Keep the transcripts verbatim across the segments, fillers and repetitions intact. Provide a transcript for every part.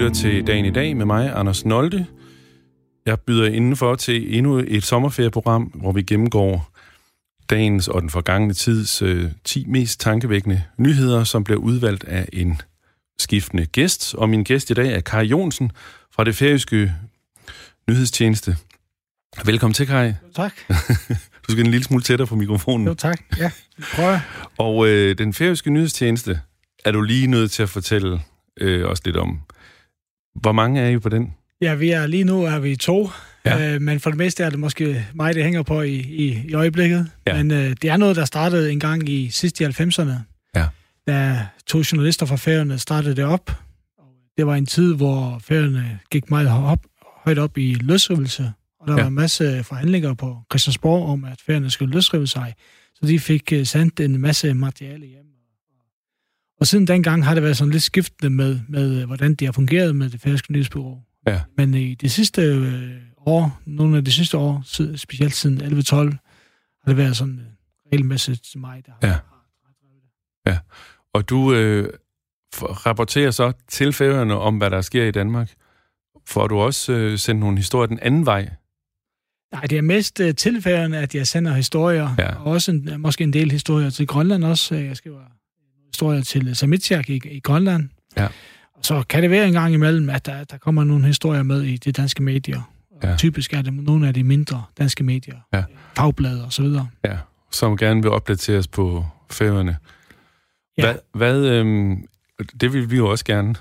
lytter til Dagen i dag med mig, Anders Nolde. Jeg byder indenfor til endnu et sommerferieprogram, hvor vi gennemgår dagens og den forgangne tids øh, ti mest tankevækkende nyheder, som bliver udvalgt af en skiftende gæst. Og min gæst i dag er Kai Jonsen fra det færøske nyhedstjeneste. Velkommen til, Kai. Tak. Du skal en lille smule tættere på mikrofonen. Jo, tak. Ja, prøv. Og øh, den færøske nyhedstjeneste er du lige nødt til at fortælle øh, os lidt om. Hvor mange er I på den? Ja, vi er lige nu er vi to, ja. øh, men for det meste er det måske mig, det hænger på i, i, i øjeblikket. Ja. Men øh, det er noget, der startede en gang i sidst i halvfemserne, ja. Da to journalister fra Færøerne startede det op. Det var en tid, hvor Færøerne gik meget op, højt op i løsrivelse, og der ja. var en masse forhandlinger på Christiansborg om, at Færøerne skulle løsrive sig. Så de fik uh, sendt en masse materiale hjem. Og siden dengang har det været sådan lidt skiftende med, med hvordan de har fungeret med det færøske nyhedsbureau. Ja. Men i de sidste øh, år, nogle af de sidste år, specielt siden elleve tolv, har det været sådan uh, regelmæssigt til mig, der har... Ja. Ja. Og du øh, rapporterer så til Færøerne om, hvad der sker i Danmark. Får du også øh, sendt nogle historier den anden vej? Nej, det er mest uh, til Færøerne, at jeg sender historier, ja. Og også en, måske en del historier til Grønland også. Jeg skriver historier til Samitsjak i, i Grønland. Ja. Og så kan det være en gang imellem, at der, der kommer nogle historier med i de danske medier. Ja. Typisk er det nogle af de mindre danske medier, ja. Fagblade og så videre. Ja, som gerne vil opdateres på Færøerne. Ja. Hvad, hvad øhm, det vil vi jo også gerne.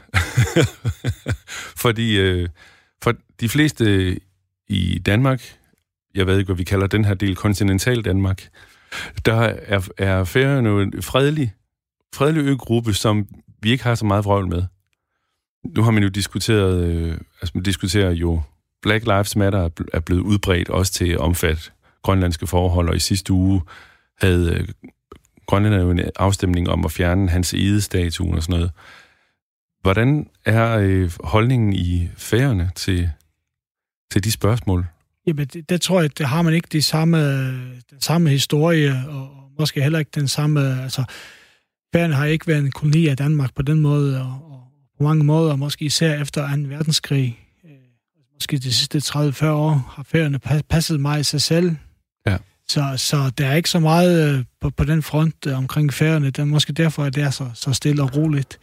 Fordi øh, for de fleste i Danmark, jeg ved ikke, hvad vi kalder den her del, kontinental Danmark, der er, er Færøerne jo en fredelig, fredelig øgruppe, som vi ikke har så meget vrøvl med. Nu har man jo diskuteret, øh, altså man diskuterer jo, Black Lives Matter er blevet udbredt også til at omfatte grønlandske forhold, og i sidste uge havde øh, Grønland jo en afstemning om at fjerne Hans Egede-statuen og sådan noget. Hvordan er øh, holdningen i Færøerne til, til de spørgsmål? Jamen, det, det tror jeg, det har man ikke de samme, den samme historie, og, og måske heller ikke den samme... Altså, Færøerne har ikke været en koloni af Danmark på den måde, og, og på mange måder, måske især efter anden verdenskrig, øh, måske de sidste tredive til fyrre år, har Færøerne passet meget i sig selv. Ja. Så, så der er ikke så meget øh, på, på den front øh, omkring Færøerne. Det er måske derfor, at det er så, så stille og roligt.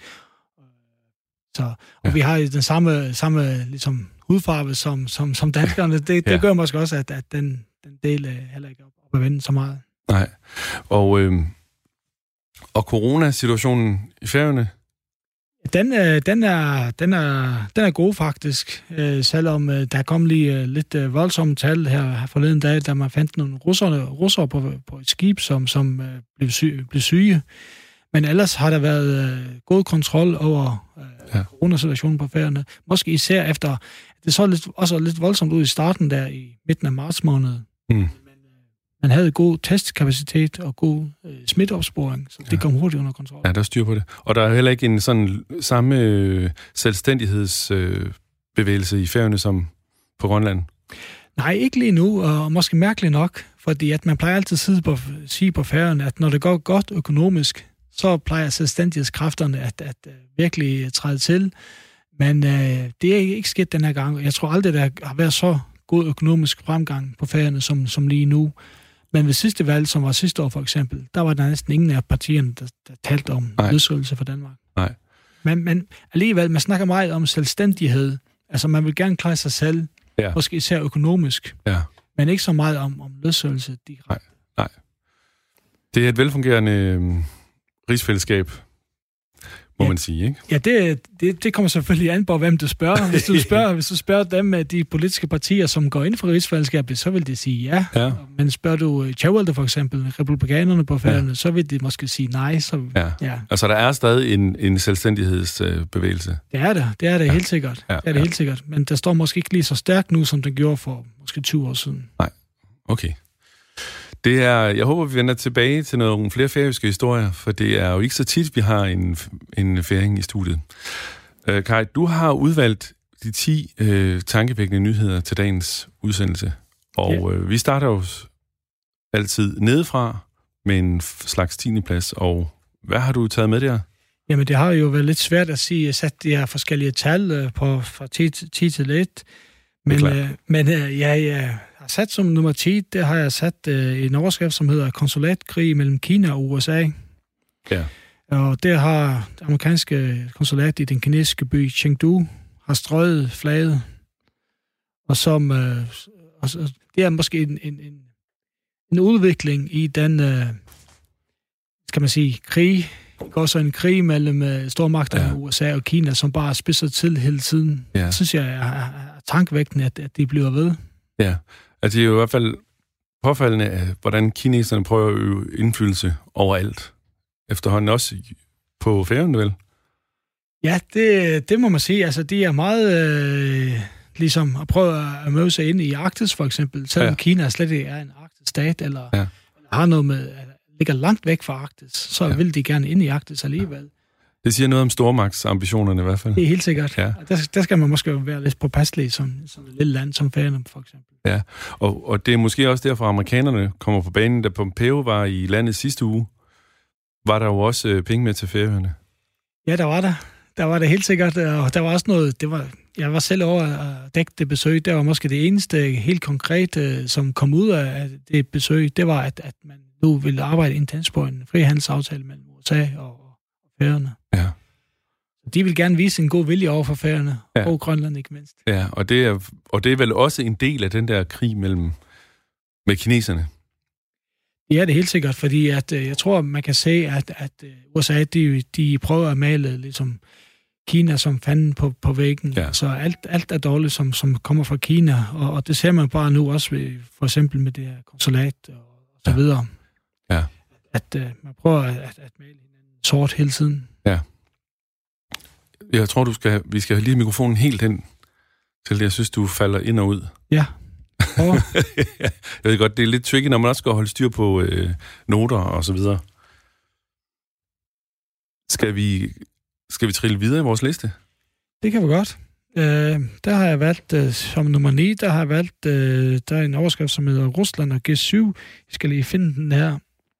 Så, og ja. Vi har den samme, samme ligesom, hudfarve som, som, som danskerne. Det, det ja. gør måske også, at, at den, den del er heller ikke op at vende så meget. Nej. Og, øh, og coronasituationen i Færøerne? Den, øh, den, er, den, er, den er god faktisk, øh, selvom øh, der kom lige øh, lidt øh, voldsomme tal her, her forleden dag, da man fandt nogle russere, russere på, på et skib, som, som øh, blev, syge, blev syge. Men ellers har der været øh, god kontrol over øh, ja. coronasituationen på Færøerne. Måske især efter, det så lidt, også lidt voldsomt ud i starten der i midten af marts måned. Mm. Men øh, man havde god testkapacitet og god øh, smitteopsporing, så det ja. kom hurtigt under kontrol. Ja, der er styr på det. Og der er heller ikke en sådan samme øh, selvstændighedsbevægelse øh, i Færøerne som på Grønland? Nej, ikke lige nu, og måske mærkeligt nok, fordi at man plejer altid at sige på Færøerne, at når det går godt økonomisk, så plejer selvstændighedskræfterne at, at, at virkelig træde til. Men øh, det er ikke sket den her gang. Jeg tror aldrig, der har været så god økonomisk fremgang på Færøerne som, som lige nu. Men ved sidste valg, som var sidste år for eksempel, der var der næsten ingen af partierne, der, der talte om løsrivelse for Danmark. Nej. Men, men alligevel, man snakker meget om selvstændighed. Altså, man vil gerne klare sig selv, ja. Måske især økonomisk, ja. Men ikke så meget om, om løsrivelse direkte. Nej, nej. Det er et velfungerende øh, rigsfællesskab, må ja. man sige, ikke? Ja, det, det, det kommer selvfølgelig an på, hvem du spørger. Hvis du spørger, hvis du spørger dem af de politiske partier, som går ind for rigsfællesskabet, så vil de sige ja. ja. Men spørger du Tjævelde for eksempel, republikanerne på Færøerne, ja. så vil de måske sige nej. Så, ja. Ja. Altså, der er stadig en, en selvstændighedsbevægelse. Det er det, det er det ja. helt sikkert. Ja. Det er det ja. helt sikkert. Men der står måske ikke lige så stærkt nu, som den gjorde for måske tyve år siden. Nej, okay. Det er, jeg håber, vi vender tilbage til nogle flere færøske historier, for det er jo ikke så tit, vi har en, en færing i studiet. Uh, Kai, du har udvalgt de ti uh, tankevækkende nyheder til dagens udsendelse, og ja. uh, vi starter jo altid nedefra med en slags tiende plads, og hvad har du taget med der? Jamen, det har jo været lidt svært at sige, at jeg sat de her forskellige tal øh, på fra ti til et. Men, øh, men øh, jeg, jeg har sat som nummer ti, det har jeg sat øh, en overskrift, som hedder konsulatkrig mellem Kina og U S A. Ja. Og det har det amerikanske konsulat i den kinesiske by Chengdu har strøget flaget. Og som øh, og, det er måske en, en, en, en udvikling i den, øh, skal man sige, krig. Det går så en krig mellem uh, stormagterne, ja. U S A og Kina, som bare spidser til hele tiden. Ja. Det synes jeg er, er, er tankevækkende, at, at de bliver ved. Ja, altså det er jo i hvert fald påfaldende, hvordan kineserne prøver at øve indflydelse overalt. Efterhånden også på Færøerne, vel? Ja, det, det må man sige. Altså, de er meget øh, ligesom at prøve at møde sig ind i Arktis, for eksempel. Selvom ja. Kina slet ikke er en arktisk stat, eller, ja. eller har noget med... ligger langt væk fra Arktis, så ja. vil de gerne ind i Arktis alligevel. Det siger noget om stormagtsambitionerne i hvert fald. Det er helt sikkert. Ja. Der, der skal man måske være lidt påpasselig som, som et lille land som Færøerne, for eksempel. Ja, og, og det er måske også derfor, at amerikanerne kommer på banen. Da Pompeo var i landet sidste uge, var der jo også øh, penge med til Færøerne. Ja, der var der. Der var det helt sikkert, og der var også noget... Det var, jeg var selv over at dække det besøg. Det var måske det eneste helt konkrete, som kom ud af det besøg. Det var, at, at man nu ville arbejde intens på en frihandelsaftale mellem U S A og Færøerne. Ja. De vil gerne vise en god vilje over for Færøerne, ja. og Grønland ikke mindst. Ja, og det, er, og det er vel også en del af den der krig mellem med kineserne? Ja, det er helt sikkert, fordi at, jeg tror, man kan se, at, at U S A, de, de prøver at male ligesom Kina som fanden på, på væggen. Ja. Så alt, alt er dårligt, som, som kommer fra Kina, og, og det ser man bare nu også ved, for eksempel med det her konsulat og, og så ja. videre. Ja. At uh, man prøver at, at, at male hinanden sort hele tiden. Ja. Jeg tror, du skal, vi skal have lige mikrofonen helt hen til det. Jeg synes, du falder ind og ud. Ja. Oh. Jeg ved godt, det er lidt tricky, når man også skal holde styr på øh, noter og så videre. Skal vi, skal vi trille videre i vores liste? Det kan vi godt. Uh, der har jeg valgt, uh, som nummer ni, der har jeg valgt, uh, der er en overskrift, som hedder Rusland og G syv. Jeg skal lige finde den her.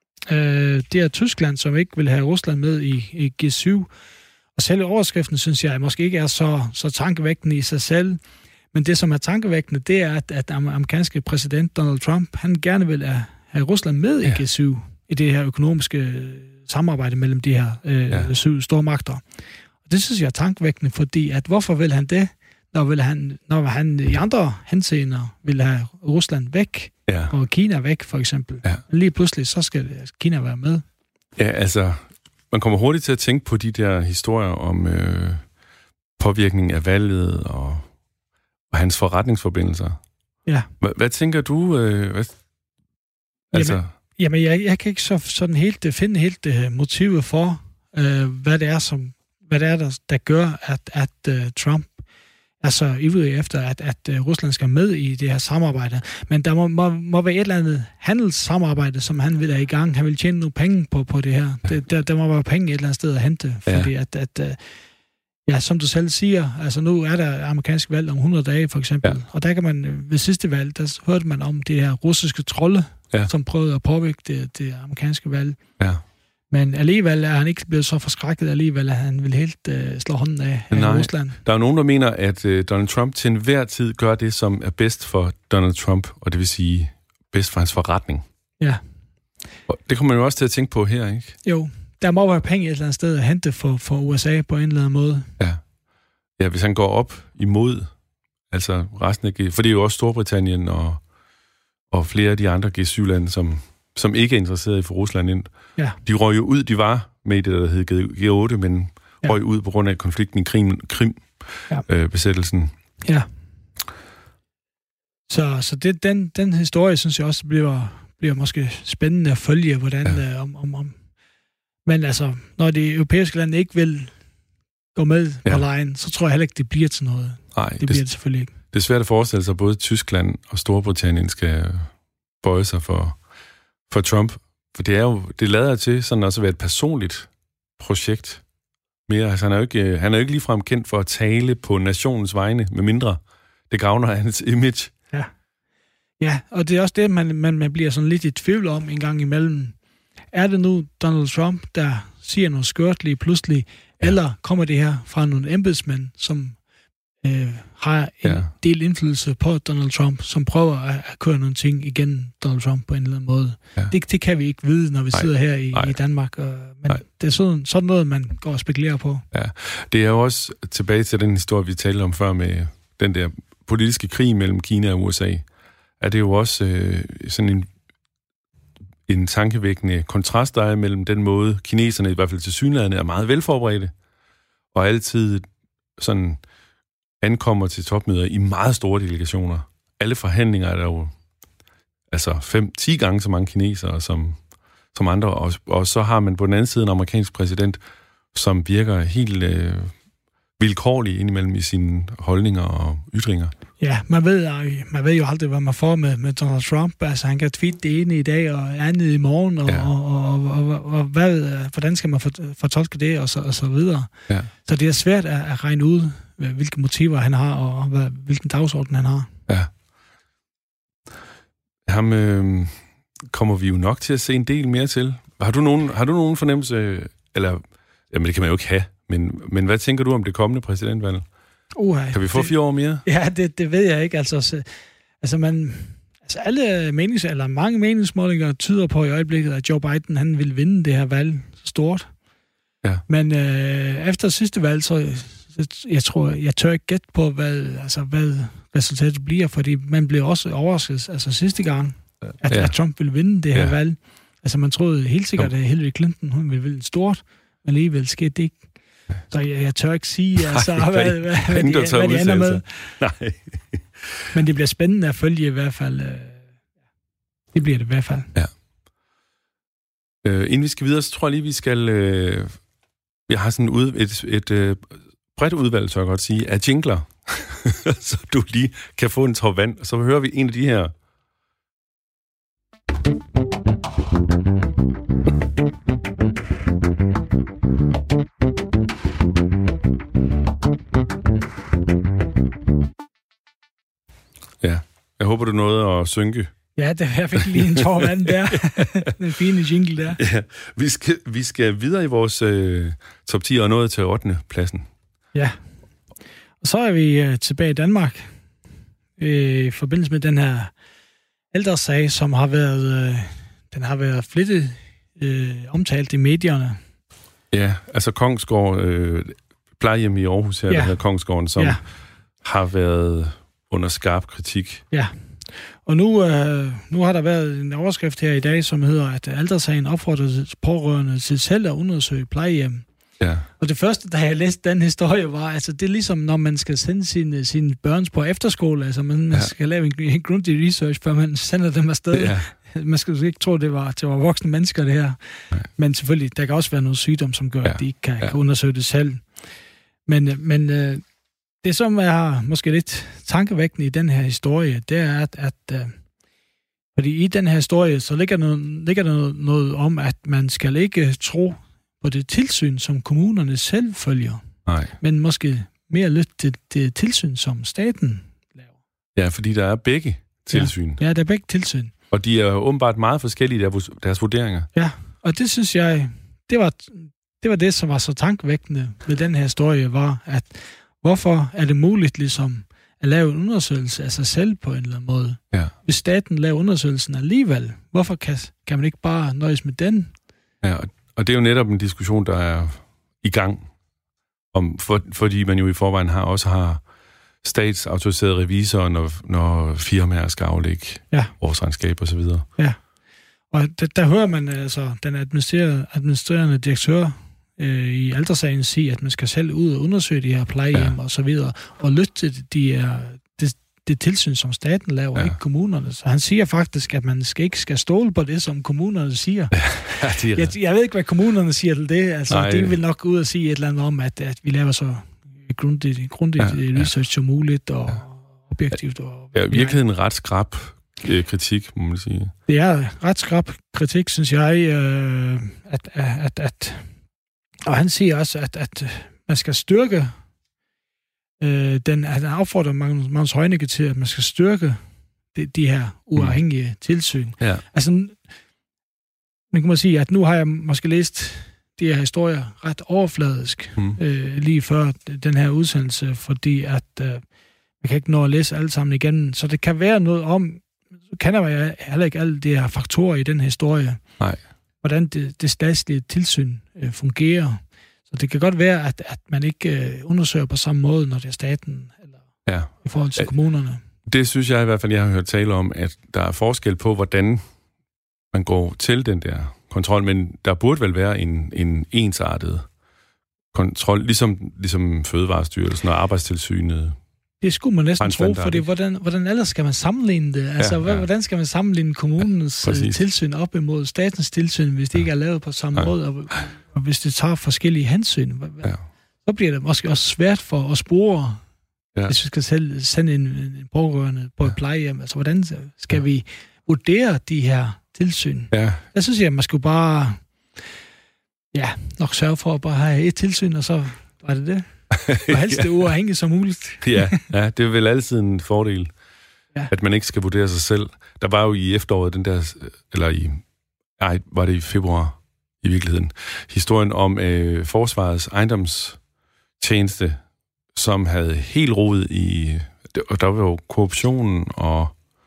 Uh, det er Tyskland, som ikke vil have Rusland med i, i G syv. Og selve overskriften, synes jeg, måske ikke er så, så tankevækkende i sig selv. Men det, som er tankevækkende, det er, at, at amerikanske præsident Donald Trump, han gerne vil have Rusland med ja. i G syv, i det her økonomiske samarbejde mellem de her øh, ja. syv stormagter. Og det synes jeg er tankevækkende, fordi at hvorfor vil han det, når, vil han, når han i andre henseender vil have Rusland væk, ja. og Kina væk, for eksempel. Ja. Lige pludselig, så skal Kina være med. Ja, altså, man kommer hurtigt til at tænke på de der historier om øh, påvirkning af valget og og hans forretningsforbindelser. Ja. Hvad, hvad tænker du? Øh, hvad, altså... Jamen, jamen jeg, jeg kan ikke så, sådan helt finde helt uh, motivet for, uh, hvad det er, som, hvad det er der, der gør, at, at uh, Trump er så ivrig efter, at, at uh, Rusland skal med i det her samarbejde. Men der må, må, må være et eller andet handelssamarbejde, som han vil have i gang. Han vil tjene nogle penge på, på det her. Ja. Det, der, der må være penge et eller andet sted at hente, fordi ja. at... at uh, Ja, som du selv siger, altså nu er der amerikansk valg om hundrede dage, for eksempel. Ja. Og der kan man, ved sidste valg, der hørte man om det her russiske trolde, ja. som prøvede at påvirke det, det amerikanske valg. Ja. Men alligevel er han ikke blevet så forskrækket alligevel, at han vil helt uh, slå hånden af, af Rusland. Der er nogen, der mener, at uh, Donald Trump til enhver tid gør det, som er bedst for Donald Trump, og det vil sige bedst for hans forretning. Ja. Og det kommer man jo også til at tænke på her, ikke? Jo. Der må være penge et eller andet sted at hente for, for U S A på en eller anden måde. Ja. Ja, hvis han går op imod, altså resten af G... For det er jo også Storbritannien og, og flere af de andre G syv-lande, som, som ikke er interesseret i for Rusland ind. Ja. De røg jo ud, de var med i det, der hed G otte, men ja. røg ud på grund af konflikten i Krim, Krim ja. øh, besættelsen. Ja. Så, så det, den, den historie, synes jeg også bliver, bliver måske spændende at følge, hvordan ja. øh, om... om, om Men altså, når de europæiske lande ikke vil gå med ja. på lejen, så tror jeg heller ikke, det bliver til noget. Nej, det, det bliver det selvfølgelig ikke. Det er svært at forestille sig, at både Tyskland og Storbritannien skal bøje sig for, for Trump. For det er jo, det lader til sådan også at være et personligt projekt. Mere, altså, han er jo ikke, han er jo ikke ligefrem kendt for at tale på nationens vegne, med mindre det gavner hans image. Ja, ja, og det er også det, man, man, man bliver sådan lidt i tvivl om en gang imellem. Er det nu Donald Trump, der siger noget skørt lige pludselig, Ja. Eller kommer det her fra nogle embedsmænd, som øh, har en ja. del indflydelse på Donald Trump, som prøver at, at køre nogle ting igen Donald Trump på en eller anden måde. Ja. Det, det kan vi ikke vide, når vi Nej. sidder her i, i Danmark. Og, men Nej. det er sådan, sådan noget, man går og spekulerer på. Ja, det er jo også tilbage til den historie, vi talte om før med den der politiske krig mellem Kina og U S A. Er det jo også øh, sådan en en tankevækkende kontrast, der er mellem den måde, kineserne i hvert fald til synligheden er meget velforberedte, og altid sådan ankommer til topmøder i meget store delegationer. Alle forhandlinger er der jo altså fem, ti gange så mange kinesere som, som andre, og, og så har man på den anden side en amerikansk præsident, som virker helt øh, vilkårlig indimellem i sine holdninger og ytringer. Ja, man ved, man ved jo aldrig, hvad man får med, med Donald Trump. Altså, han kan tweete det ene i dag, og andet i morgen, og, ja. og, og, og, og hvad, hvordan skal man fortolke det, og så, og så videre. Ja. Så det er svært at, at regne ud, hvilke motiver han har, og hvad, hvilken dagsorden han har. Ja. Ham øh, kommer vi jo nok til at se en del mere til. Har du nogen, har du nogen fornemmelse, eller, jamen det kan man jo ikke have, men, men hvad tænker du om det kommende præsidentvalg? Uh, kan vi få det, fire år mere? Ja, det, det ved jeg ikke. Altså, så, altså, man, altså alle menings, eller mange meningsmålinger tyder på i øjeblikket, at Joe Biden han vil vinde det her valg stort. Ja. Men øh, efter sidste valg, så jeg tror, jeg tør ikke gætte på, hvad, altså, hvad resultatet bliver, fordi man blev også overrasket altså sidste gang, at, ja. at Trump ville vinde det her ja. valg. Altså man troede helt sikkert, at Hillary Clinton hun ville vinde stort, men alligevel skete det ikke. Så jeg, jeg tør ikke sige, altså, Nej, hvad, hvad, hvad, hvad, de, hvad de ender med. Nej. Men det bliver spændende at følge i hvert fald. Det bliver det i hvert fald. Ja. Øh, inden vi skal videre, så tror jeg lige, vi skal... Øh, jeg har sådan ud, et, et øh, bredt udvalg, så jeg godt sige, af jingler. Så du lige kan få en tår vand. Og så hører vi en af de her... Ja, jeg håber, du nåede at synke. Ja, det, jeg fik lige en tår vand der. Den fine jingle der. Ja, vi skal, vi skal videre i vores øh, top ti og nået til ottende pladsen. Ja, og så er vi øh, tilbage i Danmark øh, i forbindelse med den her ældresag, som har været, øh, den har været flittigt øh, omtalt i medierne. Ja, altså Kongsgård, øh, plejehjem i Aarhus her, ja. Der hedder Kongsgården, som ja. har været under skarp kritik. Ja, og nu, øh, nu har der været en overskrift her i dag, som hedder, at ældresagen opfordrer pårørende til selv at undersøge plejehjem. Ja. Og det første, da jeg læste den historie, var, altså det er ligesom, når man skal sende sine, sine børns på efterskole, altså man ja. skal lave en, en grundig research, før man sender dem afsted. Ja. Man skal ikke tro, det var, det var voksne mennesker, det her. Ja. Men selvfølgelig, der kan også være noget sygdom, som gør, ja. at de ikke kan, ja. kan undersøge det selv. Men, men øh, det, som er måske lidt tankevækkende i den her historie, det er, at, at øh, fordi i den her historie, så ligger, noget, ligger der noget, noget om, at man skal ikke tro på det tilsyn, som kommunerne selv følger. Nej. Men måske mere lytte til det tilsyn, som staten laver. Ja, fordi der er begge tilsyn. Ja, ja der er begge tilsyn. Og de er åbenbart meget forskellige, der, deres vurderinger. Ja, og det synes jeg, det var, det var det, som var så tankevækkende ved den her historie, var, at hvorfor er det muligt ligesom at lave en undersøgelse af sig selv på en eller anden måde? Ja. Hvis staten laver undersøgelsen alligevel, hvorfor kan, kan man ikke bare nøjes med den? Ja, og, og det er jo netop en diskussion, der er i gang, om, for, fordi man jo i forvejen har, også har statsautoriserede revisorer, når, når firmaer skal aflægge ja. årsregnskab og så videre. Ja, og der, der hører man altså den administrerende, administrerende direktør øh, i ældresagen sige, at man skal selv ud og undersøge de her plejehjem ja. og så videre, og lytte til de er, det, det tilsyn, som staten laver, ja. ikke kommunerne. Så han siger faktisk, at man skal ikke skal stole på det, som kommunerne siger. Ja, det jeg, jeg ved ikke, hvad kommunerne siger til det. Altså, Nej. de vil nok gå ud og sige et eller andet om, at, at vi laver så grundigt, grundigt ja, research som muligt, og ja. objektivt. Og ja, virkelig en ret skrap øh, kritik, må man sige. Det er ret skrap kritik, synes jeg, øh, at, at, at og han siger også, at, at man skal styrke øh, den, at han opfordrer Magnus Heunicke til, at man skal styrke de, de her uafhængige mm. tilsyn. Ja. Altså, nu kan man sige, at nu har jeg måske læst de her historier ret overfladisk mm. øh, lige før den her udsendelse, fordi at øh, man kan ikke nå at læse alle sammen igen. Så det kan være noget om, kan der være heller ikke alle de her faktorer i den historie. Nej. Hvordan det, det statslige tilsyn øh, fungerer. Så det kan godt være, at, at man ikke øh, undersøger på samme måde, når det er staten, eller ja. i forhold til ja. kommunerne. Det synes jeg i hvert fald, jeg har hørt tale om, at der er forskel på, hvordan man går til den der kontrol, men der burde vel være en, en ensartet kontrol, ligesom, ligesom Fødevarestyrelsen og Arbejdstilsynet. Det skulle man næsten tro, for hvordan, hvordan ellers skal man sammenligne det? Altså, ja, ja. Hvordan skal man sammenligne kommunens ja, tilsyn op imod statens tilsyn, hvis det ja. ikke er lavet på samme ja. måde, og, og hvis det tager forskellige hensyn? Ja. Så bliver det måske også svært for at spore, ja. hvis vi skal selv sende en, en pårørende på et plejehjem. Altså, hvordan skal ja. vi vurdere de her tilsyn? Ja. Jeg synes, at man skulle bare ja, nok sørge for at bare have et tilsyn, og så var det det. Og helst det uafhængigt som muligt. ja, ja, det er vel altid en fordel, ja. at man ikke skal vurdere sig selv. Der var jo i efteråret den der, eller i, nej, var det i februar i virkeligheden, historien om øh, Forsvarets ejendomstjeneste, som havde helt rodet i, og der var jo korruption og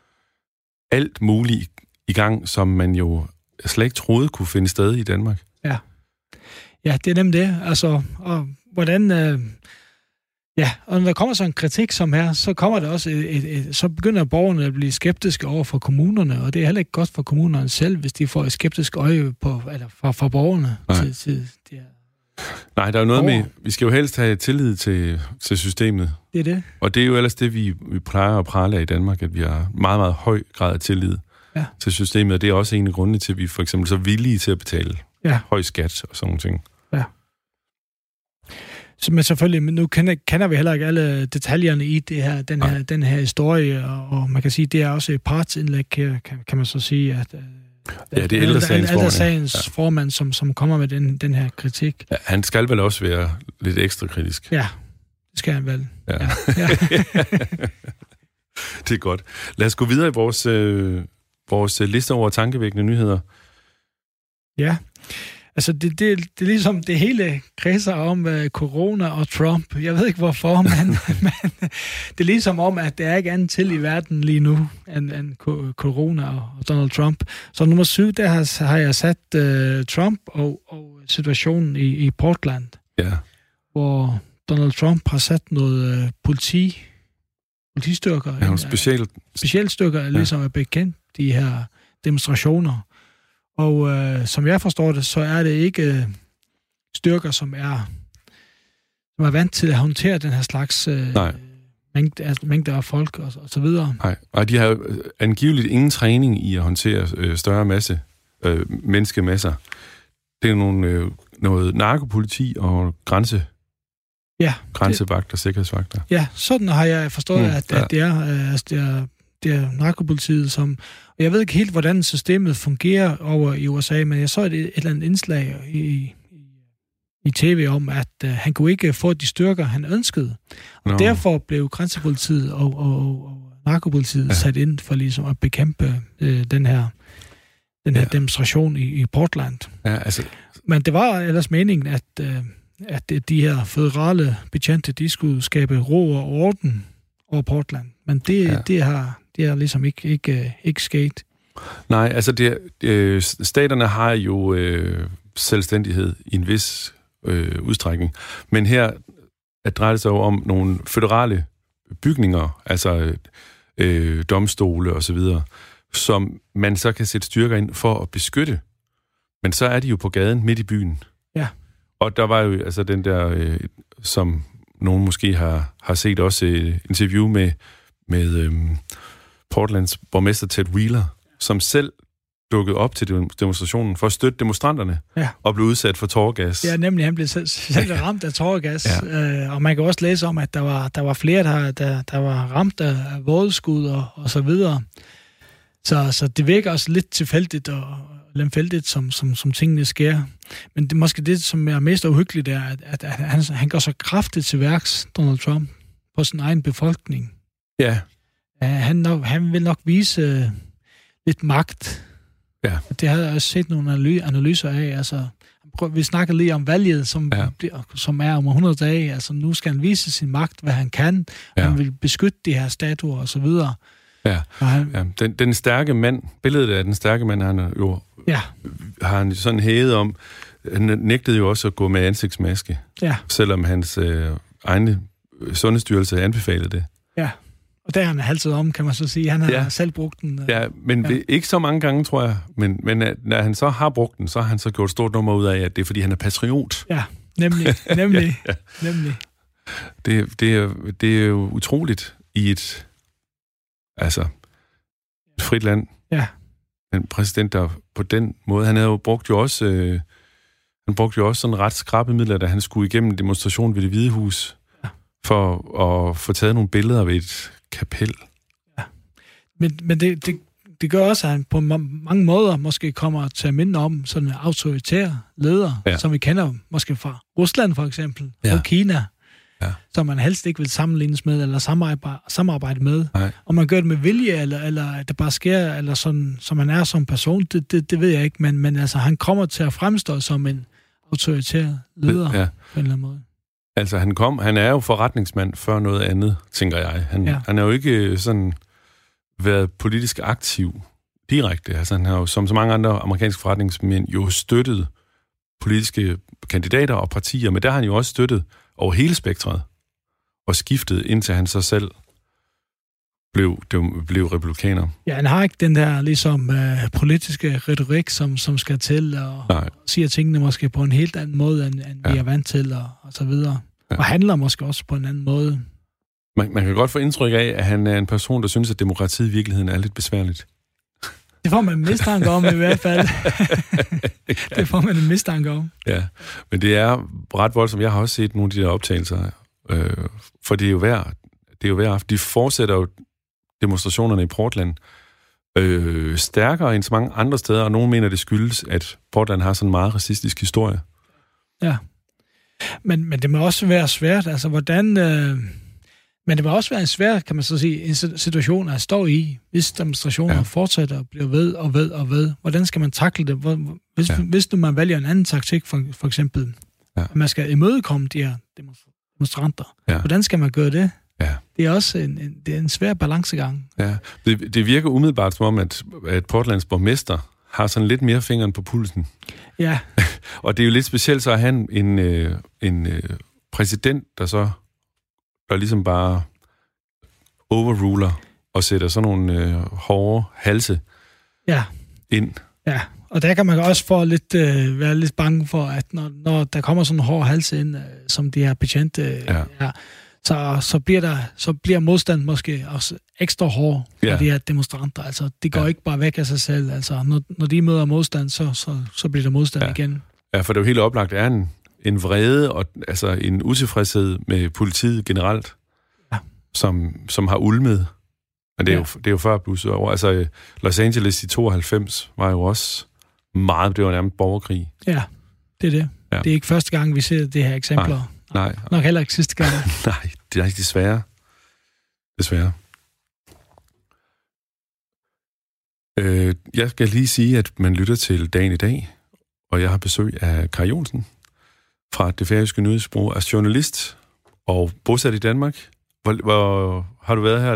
alt muligt i gang, som man jo slet ikke troede kunne finde sted i Danmark. Ja, ja det er nemlig det. Altså, og hvordan, øh, ja, og når der kommer sådan en kritik som her, så kommer der også et, et, et, så begynder borgerne at blive skeptiske over for kommunerne, og det er heller ikke godt for kommunerne selv, hvis de får et skeptisk øje på, eller fra, fra borgerne. Til, til de her Nej, der er jo noget borgere. med, vi skal jo helst have tillid til, til systemet. Det er det. Og det er jo ellers det, vi, vi plejer at prale af i Danmark, at vi har meget, meget høj grad af tillid ja. til systemet, og det er også en af grundene til, at vi for eksempel så villige til at betale ja. høj skat og sådan nogle ting. Ja. Men selvfølgelig, men nu kender, kender vi heller ikke alle detaljerne i det her, den, her, den her historie, og, og man kan sige, det er også et partsindlæg, kan, kan man så sige, at ja, det er ældresagens formand, sagens ja. formand som, som kommer med den, den her kritik. Ja, han skal vel også være lidt ekstra kritisk. Ja, det skal han vel. Ja. Ja. Ja. Det er godt. Lad os gå videre i vores, øh, vores liste over tankevækkende nyheder. Ja, altså det, det, det er ligesom det hele kredser om uh, corona og Trump. Jeg ved ikke hvorfor, men, men det er ligesom om, at der er ikke andet til i verden lige nu end, end corona og Donald Trump. Så nummer syv, der har, har jeg sat uh, Trump og, og situationen i, i Portland, ja. hvor Donald Trump har sat noget uh, politi, politistyrker, ja, specielt specialstyrker, ja. ligesom er bekendt de her demonstrationer. Og øh, som jeg forstår det, så er det ikke øh, styrker, som er, som er vant til at håndtere den her slags øh, mængde, altså, mængde af folk og, og så videre. Nej, og de har angiveligt ingen træning i at håndtere øh, større masse, øh, menneskemasser. Det er nogle, øh, noget narkopoliti og grænse, ja, grænsevagter, sikkerhedsvagter. Ja, sådan har jeg forstået, mm, at, at det er, øh, altså, det er det er narkopolitiet, som... Og jeg ved ikke helt, hvordan systemet fungerer over i U S A, men jeg så et, et eller andet indslag i, i, i tv om, at uh, han kunne ikke få de styrker, han ønskede. Og no. derfor blev grænsepolitiet og, og, og, og narkopolitiet ja. sat ind for ligesom at bekæmpe uh, den her, den her ja. demonstration i, i Portland. Ja, altså... Men det var ellers meningen, at, uh, at de her føderale betjente, de skulle skabe ro og orden over Portland. Men det, ja. det har... Det er ligesom ikke, ikke, ikke sket. Nej, altså det, øh, staterne har jo øh, selvstændighed i en vis øh, udstrækning. Men her at drejer det sig jo om nogle føderale bygninger, altså øh, domstole og så videre, som man så kan sætte styrker ind for at beskytte. Men så er de jo på gaden midt i byen. Ja. Og der var jo altså den der, øh, som nogen måske har, har set også et interview med, med øh, Portlands borgmester Ted Wheeler, som selv dukkede op til demonstrationen for at støtte demonstranterne, ja. og blev udsat for tåregas. Ja, nemlig, han blev selv, selv ramt af tåregas. Ja. Øh, og man kan også læse om, at der var, der var flere, der, der, der var ramt af vådeskud og, og så videre. Så, så det virker også lidt tilfældigt og lemfældigt, som, som, som tingene sker. Men det er måske det, som er mest uhyggeligt, er, at, at, at han, han går så kraftigt til værks, Donald Trump, på sin egen befolkning. Ja. Han, nok, han vil nok vise uh, lidt magt. Ja. Det har jeg også set nogle analyser af. Altså, han vi snakker lige om valget, som, ja. som er om hundrede dage. Altså, nu skal han vise sin magt, hvad han kan. Ja. Han vil beskytte de her statuer og så videre. Ja, han, ja. Den, den stærke mand, billedet af den stærke mand, han jo, ja. har han sådan hævet om. Han nægtede jo også at gå med ansigtsmaske, ja. selvom hans øh, egne sundhedsstyrelse anbefalede det. Ja, og der har han halset om, kan man så sige. Han har ja. selv brugt den. Øh, ja, men ja. ikke så mange gange, tror jeg. Men, men når han så har brugt den, så har han så gjort et stort nummer ud af, at det er, fordi han er patriot. Ja, nemlig. nemlig, ja, ja. nemlig. Det, det, er, det er jo utroligt i et, altså, et frit land. Ja. En præsident, der på den måde, han havde jo brugt jo også, øh, han brugte jo også sådan ret skrappe midler, da han skulle igennem en demonstration ved Det Hvide Hus, ja. for at få taget nogle billeder ved et kapel. Ja. Men, men det, det, det gør også, at han på mange måder måske kommer til at minde om sådan en autoritær leder, ja. som vi kender måske fra Rusland for eksempel, ja. og Kina, ja. som man helst ikke vil sammenlignes med, eller samarbejde, samarbejde med. Nej. Om man gør det med vilje, eller, eller det bare sker, eller sådan, som man er som person, det, det, det ved jeg ikke, men, men altså, han kommer til at fremstå som en autoritær leder, ja. på en eller anden måde. Altså, han kom, han er jo forretningsmand før noget andet, tænker jeg. Han, ja. han er jo ikke sådan været politisk aktiv direkte. Altså, han har jo, som så mange andre amerikanske forretningsmænd, jo støttet politiske kandidater og partier, men der har han jo også støttet over hele spektret og skiftet, indtil han så selv blev, blev republikaner. Ja, han har ikke den der ligesom uh, politiske retorik, som, som skal til, og Nej. siger tingene måske på en helt anden måde, end, end ja. vi er vant til, og, og så videre. Ja. Og handler måske også på en anden måde. Man, man kan godt få indtryk af, at han er en person, der synes, at demokratiet i virkeligheden er lidt besværligt. Det får man en mistanke om i hvert fald. Det får man en mistanke om. Ja, men det er ret voldsomt. Jeg har også set nogle af de der optagelser, øh, for det er jo hver, det er jo hver aften. De fortsætter jo demonstrationerne i Portland øh, stærkere end så mange andre steder, og nogen mener, det skyldes, at Portland har sådan en meget racistisk historie. Ja, men, men det må også være svært. Altså, hvordan... Øh... Men det må også være en svær, kan man så sige, en situation at stå i, hvis demonstrationer ja. fortsætter og bliver ved og ved og ved. Hvordan skal man takle det? Hvis, ja. hvis nu man vælger en anden taktik, for, for eksempel, ja. at man skal imødekomme de her demonstranter, ja. hvordan skal man gøre det? Ja. Det er også en, en, det er en svær balancegang. Ja. Det, det virker umiddelbart som om, at, at Portlands borgmester har sådan lidt mere fingeren på pulsen. Ja. Og det er jo lidt specielt så at have en, en, en præsident, der så der ligesom bare overruler og sætter sådan nogle øh, hårde halse ja. ind. Ja, og der kan man også få lidt, øh, være lidt bange for, at når, når der kommer sådan en hård halse ind, øh, som de her betjente, øh, ja. Ja, så, så, bliver der, så bliver modstand måske også ekstra hård for ja. de her demonstranter. Altså, det går ja. ikke bare væk af sig selv. Altså, når, når de møder modstand, så, så, så bliver der modstand ja. igen. Ja, for det er jo helt oplagt, er en en vrede og altså en utilfredshed med politiet generelt, ja. som, som har ulmet. Men det er, ja. jo, det er jo før blusset over. Altså, Los Angeles i tooghalvfems var jo også meget, det var nærmest borgerkrig. Ja, det er det. Ja. Det er ikke første gang, vi ser det her eksempler. Nej. Nej. Nok heller ikke sidste gang. Nej, det er ikke desværre. Desværre. Øh, jeg skal lige sige, at man lytter til Dagen i dag, og jeg har besøg af Kari Johnsen fra Det Færøske Nyhedsbureau, er journalist og bosat i Danmark. Hvor, hvor har du været her?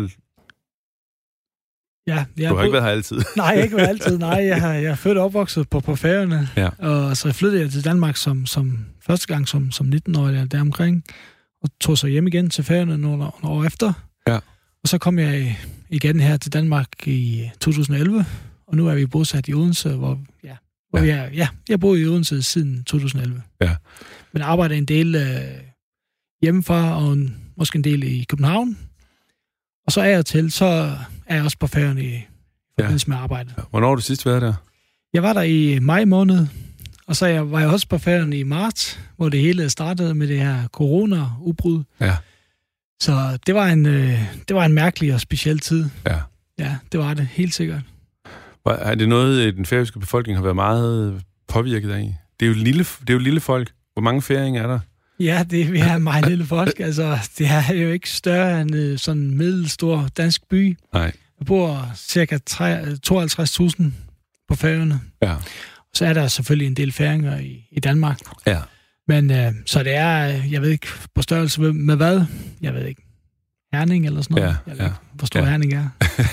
Ja, jeg du har bo... ikke været her altid. Nej, jeg har ikke været altid. Nej, jeg har, jeg er født og opvokset på, på Færøerne. Ja. Og så flyttede jeg til Danmark som, som første gang som, som nitten-årig deromkring. Og tog så hjem igen til Færøerne nogle, nogle år efter. Ja. Og så kom jeg igen her til Danmark i to tusind og elleve. Og nu er vi bosat i Odense, hvor... Ja, Hvor ja. Jeg, ja, jeg har boet i Odense siden to tusind og elleve. Ja. Men jeg arbejder en del øh, hjemmefra, og en, måske en del i København. Og så er jeg til, så er jeg også på Færøerne i forbindelse ja. med arbejdet. Ja. Hvornår har du sidst været der? Jeg var der i maj måned, og så jeg, var jeg også på Færøerne i marts, hvor det hele startede med det her corona-udbrud. Ja. Så det var en, øh, det var en mærkelig og speciel tid. Ja. Ja, det var det, helt sikkert. Er det noget, den færøske befolkning har været meget påvirket af? Det er jo lille, det er jo lille folk. Hvor mange færinger er der? Ja, det vi er et meget lille folk. Altså, det er jo ikke større end sådan en middelstor dansk by. Nej. Der bor cirka tooghalvtreds tusind på Færøerne. Ja. så er der selvfølgelig en del færinger i, i Danmark. Ja. Men øh, så det er, jeg ved ikke, på størrelse med, med hvad? Jeg ved ikke. Herning eller sådan noget? Ja, jeg ved ja. ikke, hvor stor ja. Herning er.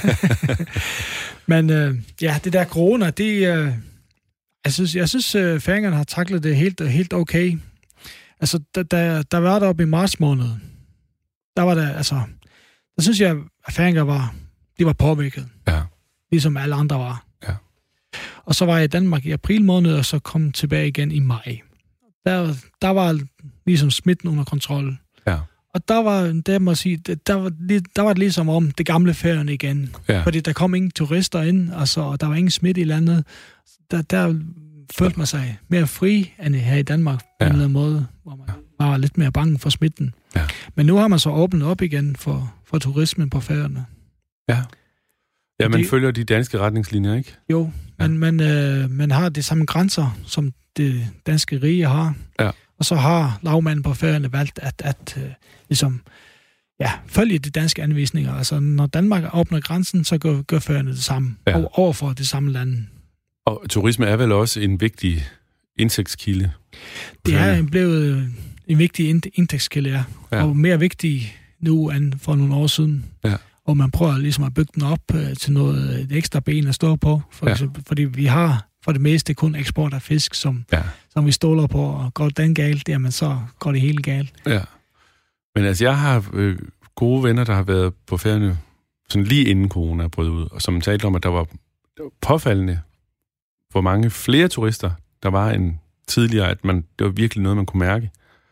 Men øh, ja, det der corona, det... Øh, jeg synes, jeg synes øh, færingerne har taklet det helt, helt okay. Altså, da, da, der var der oppe i marts måned, der var der, altså... Der synes jeg, at færinger var... De var påvirket. Ja. Ligesom alle andre var. Ja. Og så var jeg i Danmark i april måned, og så kom tilbage igen i maj. Der, der var ligesom smitten under kontrol. Ja. Og der var, der må jeg sige, der var, der var det ligesom om det gamle Færøerne igen. Ja. Fordi der kom ingen turister ind, altså, og der var ingen smitte i landet. Der, der følte man sig mere fri end her i Danmark på ja. en eller anden måde, hvor man ja. var lidt mere bange for smitten. Ja. Men nu har man så åbnet op igen for, for turismen på Færøerne. Ja. Ja, man det, følger de danske retningslinjer, ikke? Jo, ja. men man, øh, man har de samme grænser, som det danske rige har. Ja. Og så har lavmanden på Færøerne valgt at, at øh, ligesom, ja, følge de danske anvisninger. Altså, når Danmark åbner grænsen, så gør, gør Færøerne det samme ja. over, overfor det samme land. Og turisme er vel også en vigtig indtægtskilde? Det er blevet en vigtig indtægtskilde, ja. ja. Og mere vigtig nu end for nogle år siden. Ja. Og man prøver ligesom at bygge den op øh, til noget et ekstra ben at stå på. For ja. eksempel, fordi vi har for det meste kun eksport af fisk, som, ja. som vi stoler på, og går den galt, jamen så går det helt galt. Ja. Men altså, jeg har øh, gode venner, der har været på Færøerne sådan lige inden corona brød ud, og som talte om, at der var, der var påfaldende, hvor mange flere turister der var end tidligere, at man, det var virkelig noget, man kunne mærke.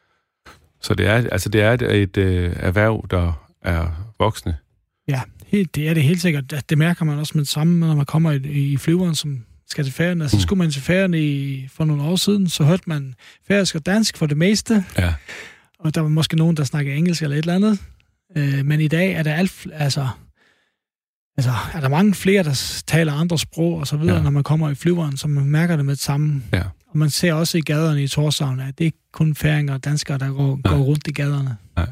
Så det er, altså, det er et, et øh, erhverv, der er voksende. Ja, helt, det er det helt sikkert. Det mærker man også med det samme, når man kommer i, i flyveren, som skal til Færøerne. Altså, mm. skulle man til Færøerne i, for nogle år siden, så hørte man færøsk og dansk for det meste. Ja. Og der var måske nogen, der snakkede engelsk eller et eller andet. Øh, men i dag er der alt, altså, altså, er der mange flere, der taler andre sprog og så videre, ja. når man kommer i flyveren, så man mærker det med det samme. Ja. Og man ser også i gaderne i Tórshavn, at det er ikke kun færinger og danskere, der går, går rundt i gaderne. Nej.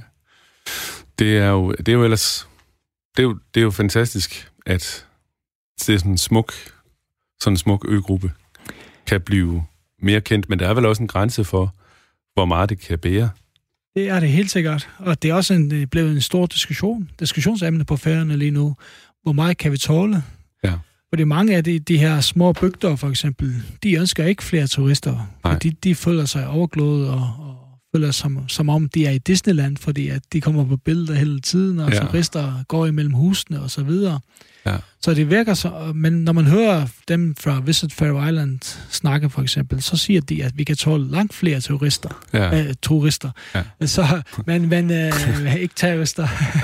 Det er jo, det er jo ellers... Det er, jo, det er jo fantastisk, at det er sådan en smuk, sådan en smuk øgruppe kan blive mere kendt, men der er vel også en grænse for, hvor meget det kan bære. Det er det helt sikkert, og det er også en, blevet en stor diskussion, diskussionsemne på Færøerne lige nu. Hvor meget kan vi tåle? Ja. Fordi mange af de, de her små bygder, for eksempel, de ønsker ikke flere turister, fordi de føler sig overglået og, og føler som, som om de er i Disneyland, fordi at de kommer på billeder hele tiden, og ja. turister går imellem husene og så videre. Ja. Så det virker så, men når man hører dem fra Visit Faroe Island snakke for eksempel, så siger de, at vi kan tåle langt flere turister. Ja. Øh, turister. Ja. Så, men men øh, ikke turister.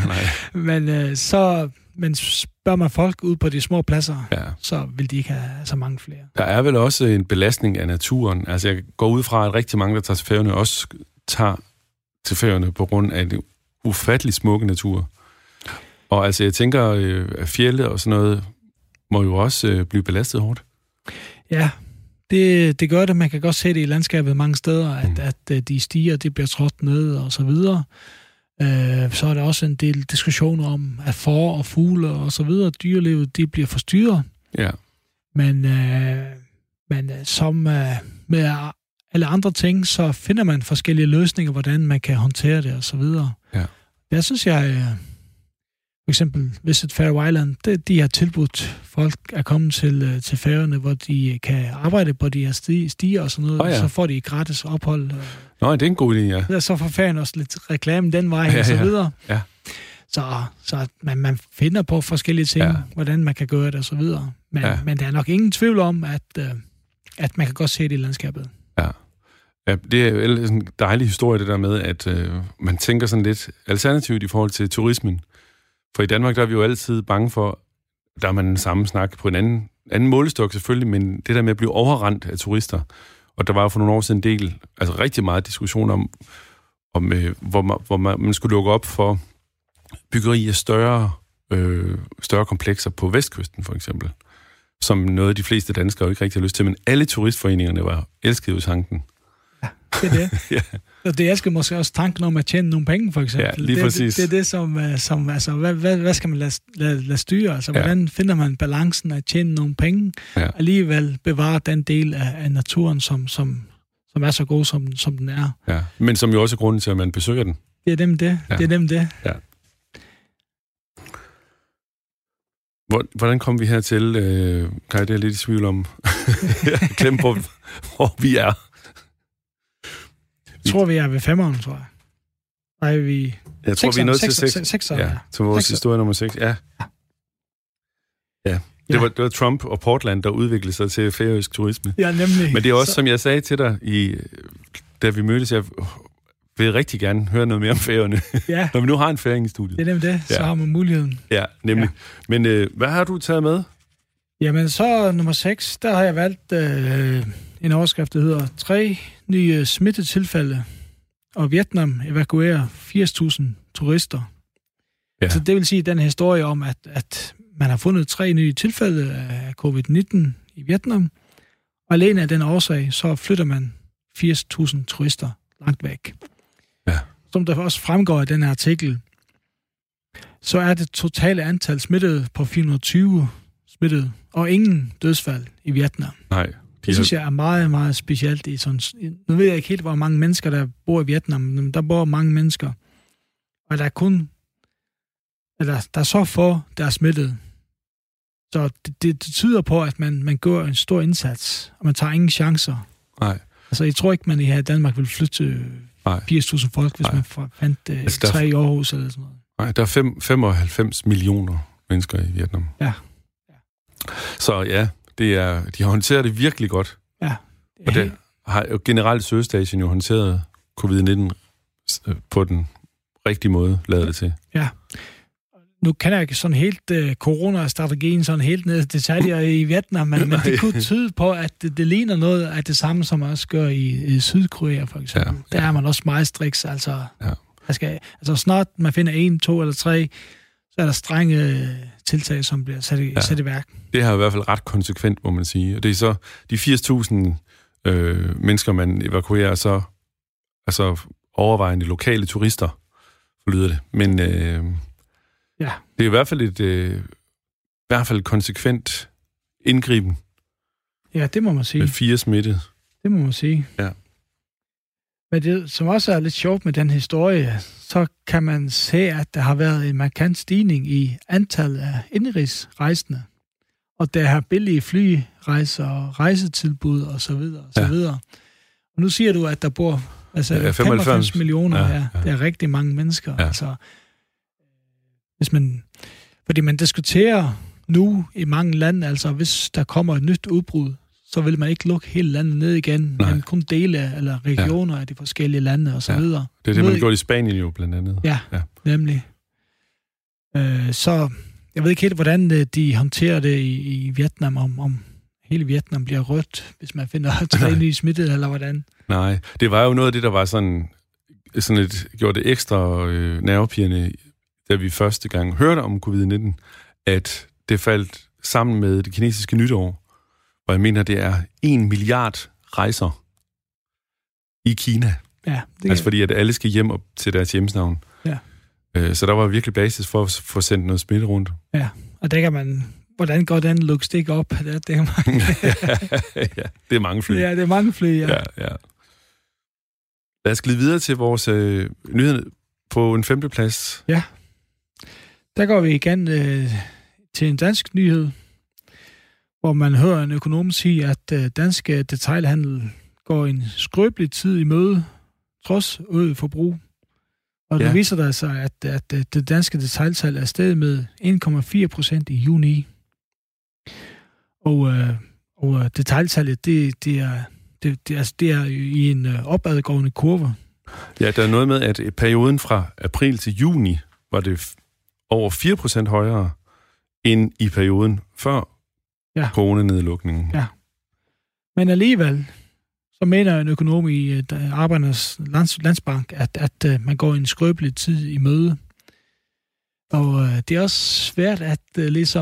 men øh, så men spørger man folk ud på de små pladser, ja. så vil de ikke have så mange flere. Der er vel også en belastning af naturen. Altså jeg går ud fra, at rigtig mange, der tager til Færøerne, også tager til Færøerne på grund af den ufattelig smukke natur. Og altså, jeg tænker, at fjelde og sådan noget må jo også øh, blive belastet hårdt. Ja, det, det gør det. Man kan godt se det i landskabet mange steder, at, mm. at, at de stiger, det bliver trådt ned og så videre. Øh, så er der også en del diskussioner om, at får og fugle og så videre, dyrelivet, de bliver forstyrret. Ja. Men, øh, men som øh, med alle andre ting, så finder man forskellige løsninger, hvordan man kan håndtere det og så videre. Ja. Jeg synes, jeg... Øh, For eksempel Visit Faroe Island, det, de har tilbudt folk at komme til, til Færøerne, hvor de kan arbejde på de her sti, stier og sådan noget, oh, ja. Så får de gratis ophold. Nå, det er en god idé, ja. Der så får Færøerne også lidt reklame den vej, ja, og så videre. Ja. Så, så man, man finder på forskellige ting, ja. hvordan man kan gøre det og så videre. Men, ja. men der er nok ingen tvivl om, at, at man kan godt se det i landskabet. Ja. Ja, det er jo sådan en dejlig historie, det der med, at øh, man tænker sådan lidt alternativt i forhold til turismen. For i Danmark, der er vi jo altid bange for, der er man den samme snak på en anden, anden målestok selvfølgelig, men det der med at blive overrendt af turister. Og der var jo for nogle år siden en del, altså rigtig meget diskussion om, om øh, hvor, man, hvor man, man skulle lukke op for byggeri af større, øh, større komplekser på Vestkysten for eksempel. Som noget af de fleste danskere jo ikke rigtig har lyst til, men alle turistforeningerne var elskede jo tanken. Ja. Det er det. ja. Og det er skal måske også tanken om at tjene nogle penge, for eksempel. Ja, lige det, præcis. Det, det er det, som, som altså, hvad, hvad, hvad skal man lade, lade, lade styre? Altså, ja. Hvordan finder man balancen at tjene nogle penge, ja. Alligevel bevare den del af, af naturen, som, som, som er så god, som, som den er. Ja. Men som jo også er grunden til, at man besøger den. Det er dem det. Ja. Det er dem det. Ja. Hvordan kom vi hertil? Øh, Kai, det er lidt i tvivl om. Jeg glemte på, hvor vi er. Jeg tror, vi er ved femeren, tror jeg. Nej, vi... Jeg tror, vi er nået til seks. seks ja, til vores historie nummer seks. Ja. Ja. Det, ja. Var, det var Trump og Portland, der udviklede sig til færøsk turisme. Ja, nemlig. Men det er også, så... som jeg sagde til dig, i, da vi mødtes, jeg vil rigtig gerne høre noget mere om Færøerne. Ja. Når vi nu har en færing i studiet. Det er nemlig det. Så ja. Har man muligheden. Ja, nemlig. Ja. Men øh, hvad har du taget med? Jamen, så nummer seks, der har jeg valgt øh, en overskrift, der hedder tre nye smittetilfælde, og Vietnam evakuerer firs tusind turister. Ja. Så det vil sige den historie om, at, at man har fundet tre nye tilfælde af covid nitten i Vietnam, og alene af den årsag, så flytter man firs tusind turister langt væk. Ja. Som der også fremgår af den her artikel, så er det totale antal smittede på fire hundrede og tyve smittede, og ingen dødsfald i Vietnam. Nej. Det synes jeg er meget, meget specielt. I sådan, nu ved jeg ikke helt, hvor mange mennesker, der bor i Vietnam, men der bor mange mennesker. Og der er kun, eller der er så få, der er smittet. Så det, det, det tyder på, at man, man gør en stor indsats, og man tager ingen chancer. Nej. Altså, jeg tror ikke, man i her i Danmark vil flytte firs tusind folk, hvis Nej. Man fandt uh, altså, tre der, i Aarhus eller sådan noget. Nej, der er fem, femoghalvfems millioner mennesker i Vietnam. Ja. ja. Så ja, det er, de har håndteret det virkelig godt. Ja. Det og det har jo generelt Sydøstasien jo håndteret covid nitten på den rigtige måde, lader det til. Ja. Nu kan jeg ikke sådan helt uh, coronastrategien sådan helt ned i detaljer i Vietnam, men, men det kunne tyde på, at det, det ligner noget af det samme, som man også gør i, i Sydkorea, for eksempel. Ja, ja. Der er man også meget striks, altså, ja. der skal, altså snart man finder en, to eller tre, så er der strenge tiltag, som bliver sat i, ja. sat i værk. Det har i hvert fald ret konsekvent, må man sige. Og det er så de firs tusind øh, mennesker, man evakuerer, så altså overvejende lokale turister, lyder det. Men øh, ja. det er i hvert fald et øh, i hvert fald konsekvent indgriben. Ja, det må man sige. Med fire smittede. Det må man sige. Ja. Men det, som også er lidt sjovt med den historie, så kan man se, at der har været en markant stigning i antallet af indrigsrejsende. Og der har billige flyrejser og rejsetilbud og så videre og så ja. videre. Og nu siger du, at der bor altså ja, femoghalvfems millioner. Ja, ja. Det er rigtig mange mennesker. Ja. Altså, hvis man, fordi man diskuterer nu i mange lande, altså hvis der kommer et nyt udbrud, så vil man ikke lukke hele landet ned igen, Nej. men kun dele eller regioner ja. af de forskellige lande og så ja. videre. Det er det, man har gjort i Spanien jo blandt andet. Ja, ja. nemlig. Øh, så jeg ved ikke helt, hvordan de håndterer det i, i Vietnam, om, om hele Vietnam bliver rødt, hvis man finder tre nye smittede, eller hvordan? Nej, det var jo noget af det, der var sådan, sådan et, gjorde det ekstra øh, nervepirrende, da vi første gang hørte om covid nitten, at det faldt sammen med det kinesiske nytår, og jeg mener, det er en milliard rejser i Kina. Ja, det altså fordi, at alle skal hjem op til deres hjemstavn. Ja. Øh, så der var virkelig basis for at få sendt noget smitte rundt. Ja, og der kan man... Hvordan går den logistik op? Det, det, er mange... ja, det er mange fly. Ja, det er mange fly, ja. ja, ja. Lad os glide videre til vores øh, nyhed på en femte plads. Ja. Der går vi igen øh, til en dansk nyhed, hvor man hører en økonom sige, at øh, dansk detailhandel går en skrøbelig tid i møde, trods øget forbrug. Og ja. det viser der sig, at, at, at det danske detailsalg er steget med en komma fire procent i juni. Og, øh, og detailsalget, det, det, er, det, det, altså, det er i en øh, opadgående kurve. Ja, der er noget med, at perioden fra april til juni var det over fire procent højere end i perioden før ja. coronanedlukningen. Ja. Men alligevel, så mener en økonom i Arbejdernes lands, Landsbank, at, at, at man går en skrøbelig tid i møde. Og uh, det er også svært at uh, ligesom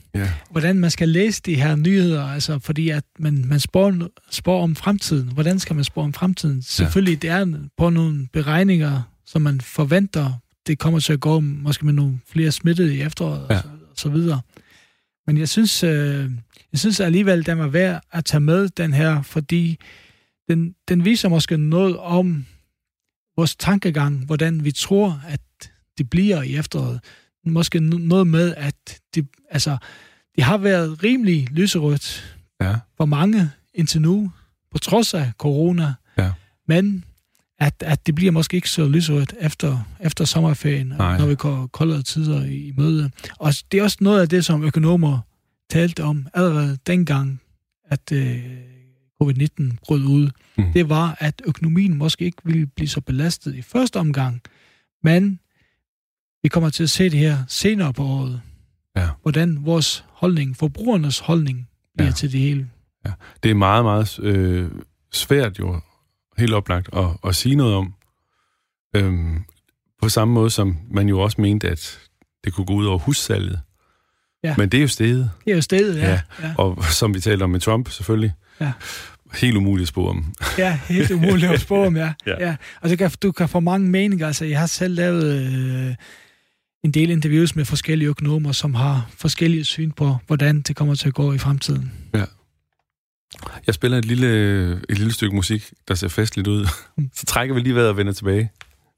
yeah. hvordan man skal læse de her nyheder, altså fordi at man, man spår, spår om fremtiden. Hvordan skal man spå om fremtiden? Selvfølgelig, yeah. det er på nogle beregninger, som man forventer, det kommer til at gå måske med nogle flere smittede i efteråret yeah. og, så, og så videre. Men jeg synes, øh, jeg synes alligevel, den var værd at tage med, den her, fordi den, den viser måske noget om vores tankegang, hvordan vi tror, at det bliver i efteråret. Måske noget med, at det, altså, det har været rimelig lyserødt ja. for mange indtil nu, på trods af corona, ja. men at, at det bliver måske ikke så lyserødt efter, efter sommerferien, Nej. når vi går koldere tider i, i møde. Og det er også noget af det, som økonomer talte om allerede dengang, at øh, covid nitten brød ud. Mm. Det var, at økonomien måske ikke ville blive så belastet i første omgang, men vi kommer til at se det her senere på året. Ja. Hvordan vores holdning, forbrugernes holdning, bliver ja. til det hele. Ja. Det er meget, meget øh, svært jo, helt oplagt, at, at sige noget om. Øhm, på samme måde, som man jo også mente, at det kunne gå ud over hussalget. Ja. Men det er jo steget. Det er jo steget, ja. ja. ja. Og som vi talte om med Trump, selvfølgelig. Ja. Helt umuligt at spå om. Ja, helt umuligt at spå om, ja. ja. ja. Og du kan, du kan få mange meninger. Altså, jeg har selv lavet øh, en del interviews med forskellige økonomer, som har forskellige syn på, hvordan det kommer til at gå i fremtiden. Ja. Jeg spiller et lille, et lille stykke musik, der ser festligt ud. Så trækker vi lige vejret og vender tilbage.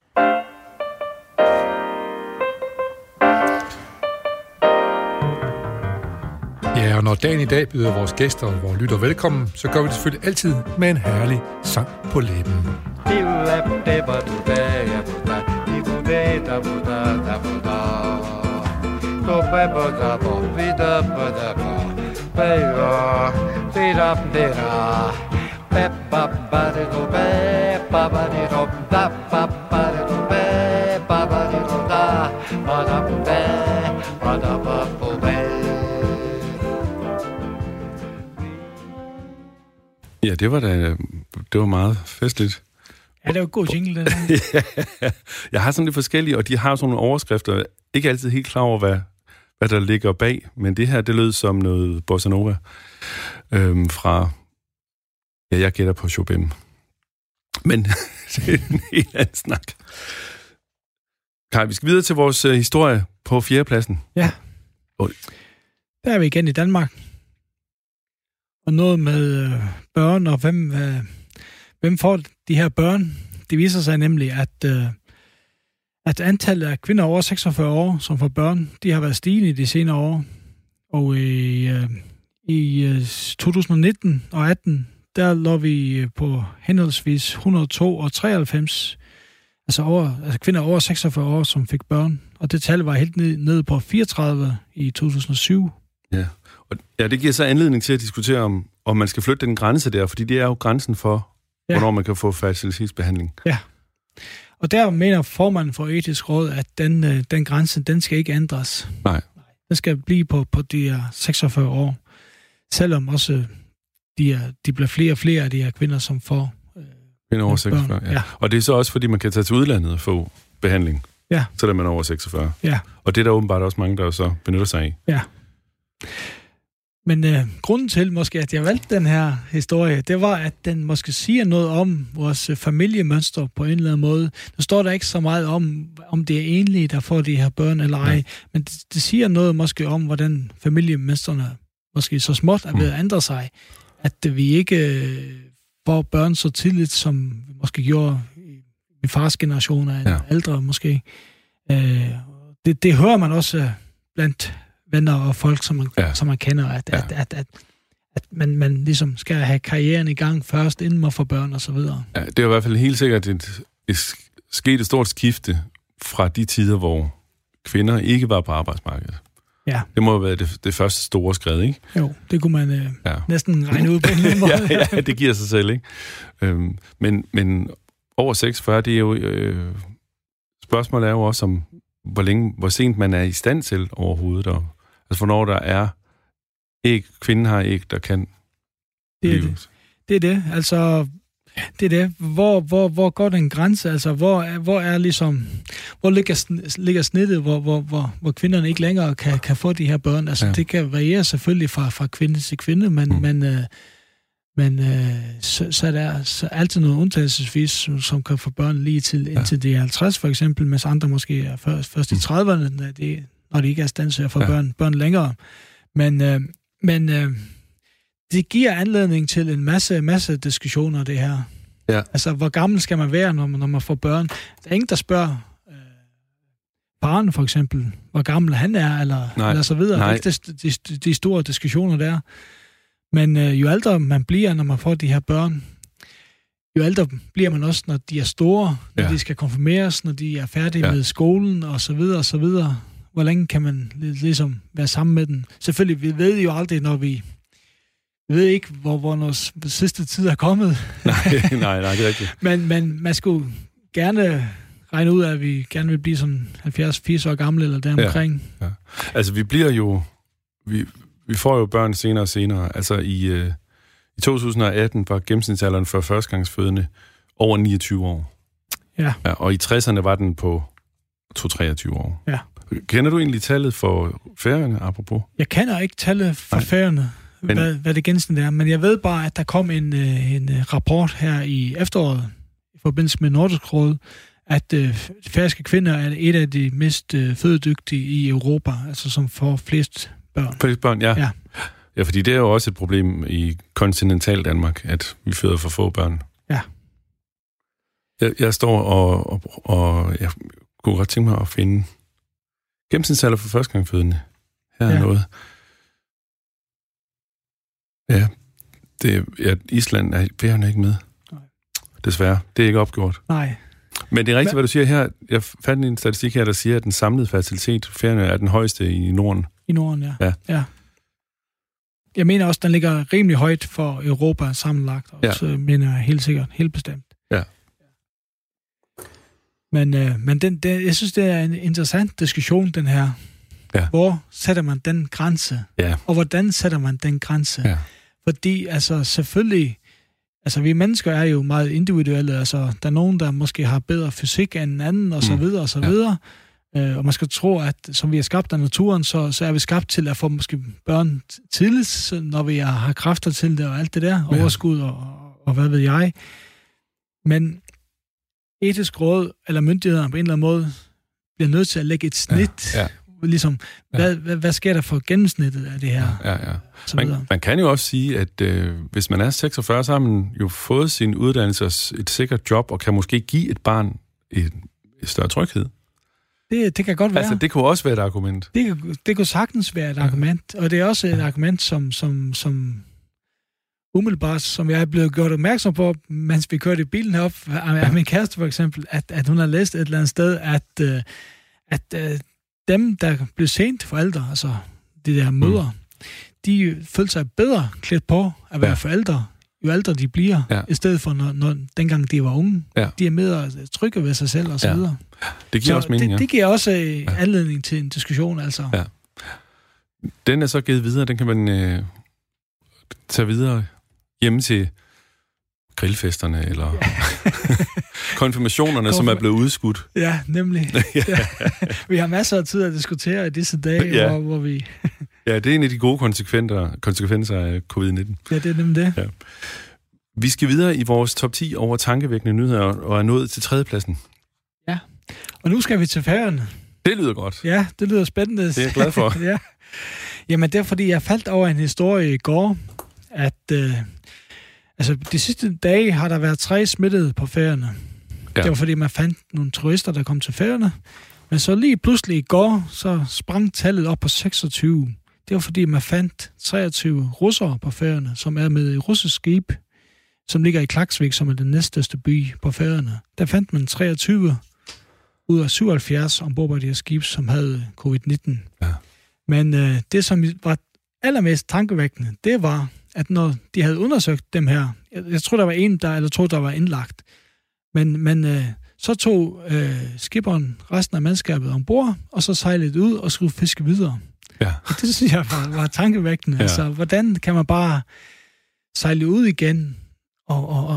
Ja, og når dagen i dag byder vores gæster og vores lytter velkommen, så gør vi det selvfølgelig altid med en herlig sang på læben. Ja, det var da, det var meget festligt. Ja, det var en god jingle, den ja, jeg har sådan lidt forskellige, og de har sådan nogle overskrifter. Ikke altid helt klar over, hvad, hvad der ligger bag, men det her, det lød som noget bossa nova øhm, fra, ja, jeg gætter på Chopin. Men det er en helt anden snak. Kaj, vi skal videre til vores uh, historie på fjerdepladsen. Ja. Oh. Der er vi igen i Danmark. Og noget med øh, børn, og hvem, øh, hvem får de her børn? Det viser sig nemlig, at, øh, at antallet af kvinder over seksogfyrre år, som får børn, de har været stigende i de senere år. Og øh, i øh, to tusind nitten og atten, der lå vi på henholdsvis et hundrede og to og treoghalvfems, altså, over, altså kvinder over seksogfyrre år, som fik børn. Og det tal var helt ned, nede på fireogtredive i to tusind og syv. Ja. Og ja, det giver så anledning til at diskutere, om, om man skal flytte den grænse der, fordi det er jo grænsen for, ja. hvornår man kan få fertilitetsbehandling. Ja, og der mener formanden for Etisk Råd, at den, den grænse, den skal ikke ændres. Nej. Den skal blive på, på de her seksogfyrre år, selvom også de, er, de bliver flere og flere af de her kvinder, som får øh, kvinder over seksogfyrre, ja. ja. Og det er så også, fordi man kan tage til udlandet og få behandling, ja. så er man over seksogfyrre. Ja. Og det er der åbenbart også mange, der så benytter sig af. Ja. Men øh, grunden til måske, at jeg valgte den her historie, det var, at den måske siger noget om vores familiemønster på en eller anden måde. Der står der ikke så meget om, om det er enlige, der får de her børn eller ej, ja. men det, det siger noget måske om, hvordan familiemønstrene måske så småt er ved at ændre sig. At vi ikke øh, får børn så tidligt, som vi måske gjorde i, i fars generationer, eller ja. ældre måske. Øh, det, det hører man også blandt venner og folk, som man, ja. som man kender, at, ja. at, at, at, at man, man ligesom skal have karrieren i gang først, inden man får børn og så videre. Ja, det er i hvert fald helt sikkert et, et, sket et stort skifte fra de tider, hvor kvinder ikke var på arbejdsmarkedet. Ja. Det må have været det, det første store skred, ikke? Jo, det kunne man øh, ja. næsten regne ud på en eller anden måde. ja, ja, det giver sig selv, ikke? Øhm, men, men over seksogfyrre, det er jo... Øh, spørgsmålet er jo også om, hvor længe, hvor sent man er i stand til overhovedet, og altså, hvornår der er æg, kvinden har æg, der kan det er det. det er det. Altså, Det er det. Hvor, hvor, hvor går den grænse? Altså, hvor er, hvor er ligesom... Hvor ligger, ligger snittet, hvor, hvor, hvor, hvor kvinderne ikke længere kan, kan få de her børn? Altså, ja. Det kan variere selvfølgelig fra, fra kvinde til kvinde, men... Mm. men øh, Men øh, så, så er der så altid noget undtagelsesvis, som, som kan få børn lige til, ja. indtil de er halvtreds for eksempel, mens andre måske er først, først i trediverne, når de, når de ikke er i stand til at få ja. børn, børn længere. Men, øh, men øh, det giver anledning til en masse, masse diskussioner, det her. Ja. Altså, hvor gammel skal man være, når man, når man får børn? Der er ingen, der spørger øh, faren for eksempel, hvor gammel han er, eller, eller så videre. Nej. Det er ikke de, de, de store diskussioner der. Men øh, jo ældre man bliver, når man får de her børn, jo ældre bliver man også, når de er store, når ja. de skal konfirmeres, når de er færdige ja. med skolen, og så videre, og så videre. Hvor længe kan man ligesom være sammen med den? Selvfølgelig, vi ved jo aldrig, når vi... Vi ved ikke, hvor, hvor vores sidste tid er kommet. nej, nej, nej, det er rigtigt. men, men man skulle gerne regne ud af, at vi gerne vil blive sådan halvfjerds firs år gamle, eller deromkring. Ja. Ja. Altså, vi bliver jo... Vi Vi får jo børn senere og senere. Altså i, øh, i to tusind og atten var gennemsnitsalderen for førstegangsfødende over niogtyve år. Ja. Ja. Og i tresserne var den på to til treogtyve år. Ja. Kender du egentlig tallet for Færøerne, apropos? Jeg kender ikke tallet for Færøerne, men... hvad, hvad det gennemsnit er, men jeg ved bare, at der kom en, en rapport her i efteråret, i forbindelse med Nordisk Råd, at øh, færøske kvinder er et af de mest øh, fødedygtige i Europa, altså som får flest børn. Flest børn, ja. ja. Ja, fordi det er jo også et problem i kontinental Danmark, at vi føder for få børn. Ja. Jeg, jeg står og, og, og jeg kunne godt tænke mig at finde gennemsnitsalder for førstegangsfødende. Her er ja. noget. Ja, det, ja, Island er Færøerne ikke med. Nej. Desværre. Det er ikke opgjort. Nej. Men det er rigtigt, hvad du siger her. Jeg fandt en statistik her, der siger, at den samlede fertilitet Færøerne er den højeste i Norden. I Norden, ja. ja. ja. Jeg mener også, den ligger rimelig højt for Europa sammenlagt. Også, ja. mener jeg helt sikkert, helt bestemt. Ja. Men, øh, men den, den, jeg synes, det er en interessant diskussion, den her. Ja. Hvor sætter man den grænse? Ja. Og hvordan sætter man den grænse? Ja. Fordi, altså, selvfølgelig... Altså, vi mennesker er jo meget individuelle. Altså, der er nogen, der måske har bedre fysik end en anden, og så videre, og så videre. Ja. Og man skal tro, at som vi er skabt af naturen, så, så er vi skabt til at få måske børn tidligt, når vi har kræfter til det, og alt det der, ja. overskud, og, og, og hvad ved jeg. Men etisk råd, eller myndigheder på en eller anden måde, bliver nødt til at lægge et snit. Ja. Ja. Ligesom, hvad, ja. hvad, hvad sker der for gennemsnittet af det her? Ja, ja. Man, man kan jo også sige, at øh, hvis man er seksogfyrre, så har man jo fået sin uddannelse og et sikkert job, og kan måske give et barn et, et større tryghed. Det, det kan godt være. Altså, det kunne også være et argument. Det, det kunne sagtens være et ja. argument, og det er også et ja. argument, som, som, som umiddelbart, som jeg er blevet gjort opmærksom på, mens vi kørte i bilen herop, af ja. min kæreste for eksempel, at, at hun har læst et eller andet sted, at, øh, at øh, dem, der blev sent forældre, altså de der mødre, mm. de følte sig bedre klædt på at være ja. forældre, jo ældre de bliver, ja. i stedet for når, når, dengang de var unge. Ja. De er mere trygge ved sig selv og så ja. videre. Det giver så også mening, det, ja. det giver også ja. anledning til en diskussion, altså. Ja. Den er så givet videre, den kan man øh, tage videre hjemme til grillfesterne, eller konfirmationerne, som er blevet udskudt. Ja, nemlig. ja. Vi har masser af tid at diskutere i disse dage, ja. hvor, hvor vi... ja, det er en af de gode konsekvenser, konsekvenser af covid nitten. Ja, det er nemlig det. Ja. Vi skal videre i vores top ti over tankevækkende nyheder, og er nået til tredjepladsen. Ja, og nu skal vi til Færøerne. Det lyder godt. Ja, det lyder spændende. Det er jeg glad for. ja. Jamen, det er fordi, jeg faldt over en historie i går, at... Øh, Altså, de sidste dage har der været tre smittede på Færøerne. Ja. Det var, fordi man fandt nogle turister, der kom til Færøerne. Men så lige pludselig i går, så sprang tallet op på seksogtyve. Det var, fordi man fandt treogtyve russere på Færøerne, som er med i russisk skib, som ligger i Klaksvík, som er den næststørste by på Færøerne. Der fandt man treogtyve ud af syvoghalvfjerds ombord på de her skib, som havde covid nitten. Ja. Men øh, det, som var allermest tankevækkende, det var... at når de havde undersøgt dem her, jeg, jeg tror, der var en, der, eller to, der var indlagt, men, men øh, så tog øh, skipperen resten af mandskabet ombord, og så sejlede ud og skulle fiske videre. Ja. Og det synes jeg var, var tankevækkende. Ja. Altså, hvordan kan man bare sejle ud igen og, og, og, og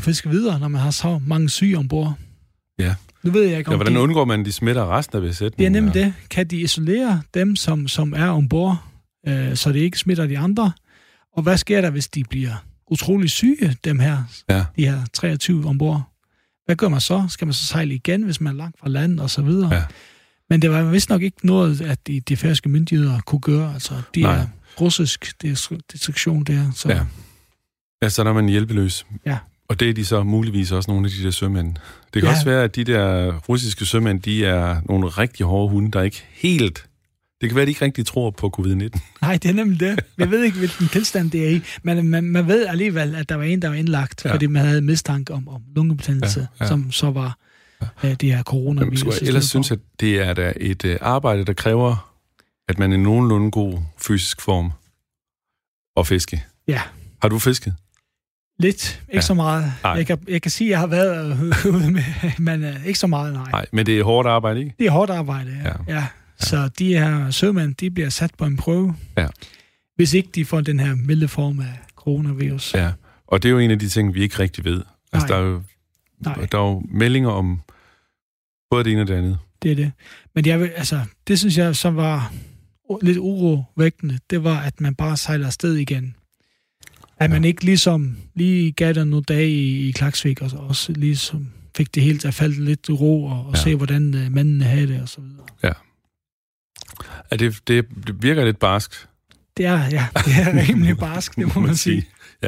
fiske videre, når man har så mange syge ombord. Ja. Nu ved jeg ikke, om ja, hvordan de, undgår man, de smitter resten af besætningen? Det er nemlig det. Kan de isolere dem, som, som er ombord, øh, så det ikke smitter de andre? Og hvad sker der, hvis de bliver utrolig syge, dem her, ja. de her treogtyve ombord? Hvad gør man så? Skal man så sejle igen, hvis man er langt fra land og så videre? Ja. Men det var vist nok ikke noget, at de, de færøske myndigheder kunne gøre. Altså, de Nej. er russisk destruktion der. Så. Ja. ja, så er man hjælpeløs. Ja. Og det er de så muligvis også nogle af de der sømænd. Det kan ja. også være, at de der russiske sømænd, de er nogle rigtig hårde hunde, der ikke helt... Det kan være, at de ikke rigtig tror på covid nitten. Nej, det er nemlig det. Jeg ved ikke, hvilken tilstand det er i. Men man, man ved alligevel, at der var en, der var indlagt, ja. fordi man havde mistanke om, om lungebetændelse, ja, ja. som så var ja. uh, det her coronavirus. Jamen, jeg ellers synes, at det er da et uh, arbejde, der kræver, at man er i nogenlunde god fysisk form og fiske. Ja. Har du fisket? Lidt. Ikke ja. så meget. Jeg kan, jeg kan sige, at jeg har været ude med, men uh, ikke så meget, nej. Nej, men det er hårdt arbejde, ikke? Det er hårdt arbejde, ja. ja. ja. Så de her sømænd, de bliver sat på en prøve, ja. hvis ikke de får den her milde form af coronavirus. Ja, og det er jo en af de ting, vi ikke rigtig ved. Altså, der er, jo, der er jo meldinger om både det ene og det andet. Det er det. Men jeg vil, altså, det synes jeg, som var lidt urovækkende, det var, at man bare sejler afsted igen. At man ja. ikke ligesom lige gav der nogle dage i, i Klaksvik, og også ligesom fik det helt til at falde lidt ro, og, og ja. se, hvordan uh, mændene havde det, og så videre. Ja. Ja, det, det, det virker lidt barskt. Det er, ja, det er rimelig barskt, det må man sige. Ja.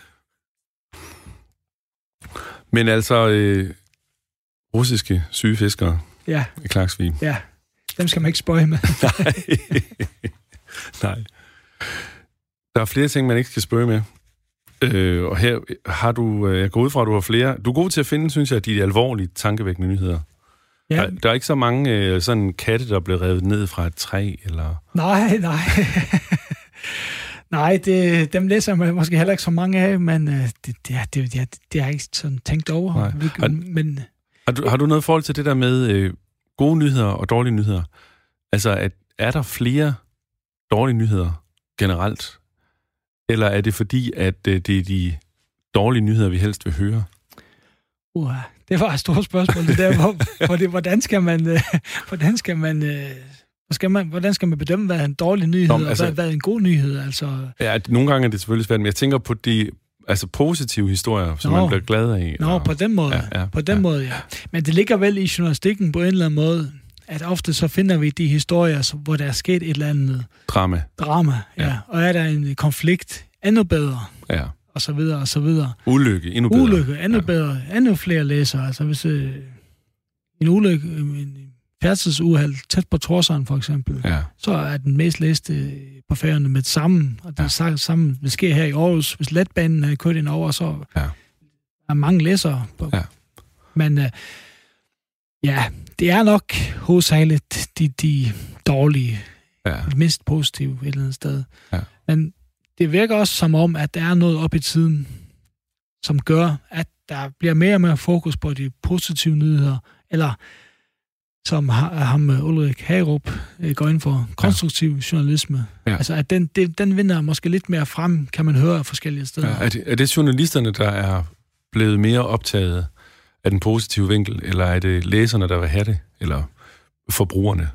Men altså, øh, russiske syge fiskere ja. i Klaksvik. Ja, dem skal man ikke spøje med. Nej. Nej. Der er flere ting, man ikke skal spøge med. Øh, og her har du, jeg går ud fra, at du har flere. Du er god til at finde, synes jeg, de alvorlige, tankevækkende nyheder. Ja. Der, der er ikke så mange øh, sådan katte, der bliver revet ned fra et træ, eller... Nej, nej. nej, det, dem læser man måske heller ikke så mange af, men øh, det, det, det, det, det har jeg ikke sådan tænkt over. Har, men, har, du, har du noget forhold til det der med øh, gode nyheder og dårlige nyheder? Altså, at, er der flere dårlige nyheder generelt? Eller er det fordi, at øh, det er de dårlige nyheder, vi helst vil høre? Uh, det var et stort spørgsmål, det der, hvor, hvor det, hvordan skal man, øh, hvordan skal man, øh, skal man, hvordan skal man bedømme, hvad er en dårlig nyhed, Nå, altså, og hvad, hvad er en god nyhed? Altså... Ja, nogle gange er det selvfølgelig svært, men jeg tænker på de altså positive historier, som Nå, man bliver glad af. Nå, og, på den måde, ja, ja, på den ja. måde, ja. Men det ligger vel i journalistikken på en eller anden måde, at ofte så finder vi de historier, hvor der er sket et eller andet... Drama. Drama, ja. ja. Og er der en konflikt, endnu bedre. Ja. Og så videre, og så videre. Ulykke, endnu bedre. Ulykke, endnu ja. bedre. Endnu flere læsere. Altså hvis øh, en ulykke, en færdselsuheld tæt på Torshavn for eksempel, ja. så er den mest læste på Færøerne med det samme. Og det ja. samme vil ske her i Aarhus. Hvis letbanen har kørt ind over, så ja. er mange læsere. På. Ja. Men øh, ja, det er nok hovedsageligt de, de dårlige, ja. mindst positive et eller andet sted. Ja. Men det virker også som om, at der er noget op i tiden, som gør, at der bliver mere og mere fokus på de positive nyheder, eller som ham Ulrik Hagerup går ind for, konstruktiv ja. journalisme. Ja. Altså, at den, det, den vinder måske lidt mere frem, kan man høre forskellige steder. Ja, er, det, er det journalisterne, der er blevet mere optaget af den positive vinkel, eller er det læserne, der vil have det, eller forbrugerne?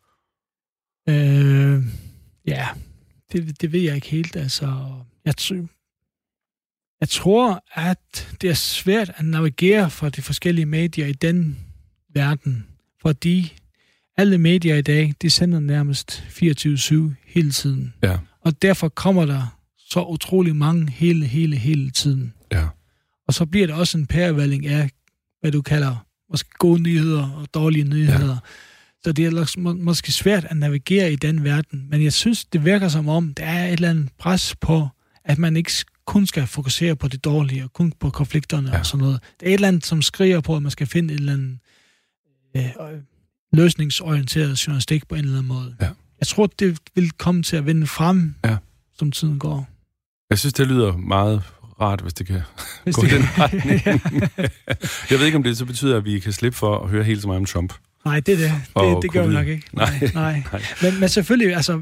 Øh, ja, det, det ved jeg ikke helt. Altså, jeg, jeg tror, at det er svært at navigere for de forskellige medier i den verden, fordi alle medier i dag, de sender nærmest fireogtyve syv hele tiden. Ja. Og derfor kommer der så utrolig mange hele, hele, hele tiden. Ja. Og så bliver det også en pærevælling af, hvad du kalder måske gode nyheder og dårlige nyheder. Ja. Så det er må, måske svært at navigere i den verden. Men jeg synes, det virker som om, der er et eller andet pres på, at man ikke kun skal fokusere på det dårlige, og kun på konflikterne ja. og sådan noget. Det er et eller andet, som skriger på, at man skal finde et eller andet øh, løsningsorienteret journalistik på en eller anden måde. Ja. Jeg tror, det vil komme til at vinde frem, ja. som tiden går. Jeg synes, det lyder meget rart, hvis det kan hvis gå det i den retning. Jeg ved ikke, om det så betyder, at vi kan slippe for at høre helt så meget om Trump. Nej, det er det. Det, det gør vi nok ikke. Nej, nej. nej. Men, men selvfølgelig, altså,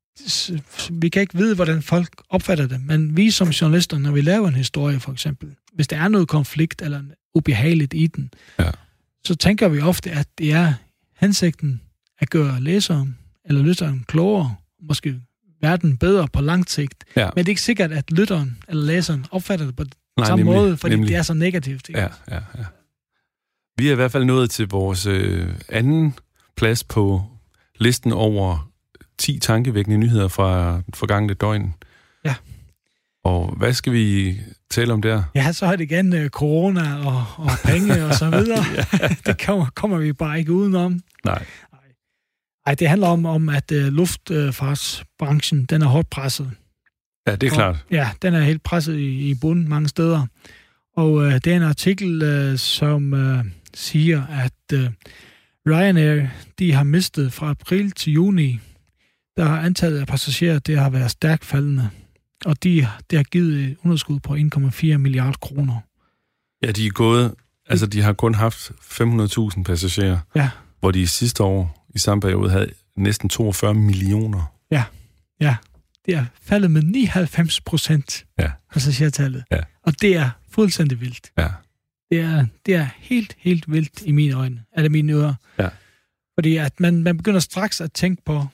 vi kan ikke vide, hvordan folk opfatter det, men vi som journalister, når vi laver en historie, for eksempel, hvis der er noget konflikt eller ubehageligt i den, ja. så tænker vi ofte, at det er hensigten at gøre læseren eller lytteren klogere, måske verden bedre på lang sigt. Ja. Men det er ikke sikkert, at lytteren eller læseren opfatter det på Nej, samme nemlig, måde, fordi nemlig. det er så negativt. Ikke? Ja, ja, ja. Vi er i hvert fald nået til vores øh, anden plads på listen over ti tankevækkende nyheder fra forgangne døgn. Ja. Og hvad skal vi tale om der? Ja, så er det igen øh, corona og, og penge og så videre. ja. Det kommer, kommer vi bare ikke udenom. Nej. Nej, det handler om, om at øh, luftfartsbranchen, den er hårdt presset. Ja, det er og, klart. Ja, den er helt presset i, i bunden mange steder. Og øh, det er en artikel, øh, som øh, siger, at øh, Ryanair, de har mistet fra april til juni, der har antallet af passagerer, det har været stærkt faldende. Og de, det har givet et underskud på en komma fire milliarder kroner. Ja, de er gået, altså de har kun haft fem hundrede tusind passagerer, ja. hvor de sidste år i samme periode havde næsten toogfyrre millioner. Ja, ja. Det er faldet med nioghalvfems procent ja. passagertallet. Ja. Og det er fuldstændig vildt. Ja. Det er, det er helt, helt vildt i mine øjne, eller mine ører. Ja. Fordi at man, man begynder straks at tænke på,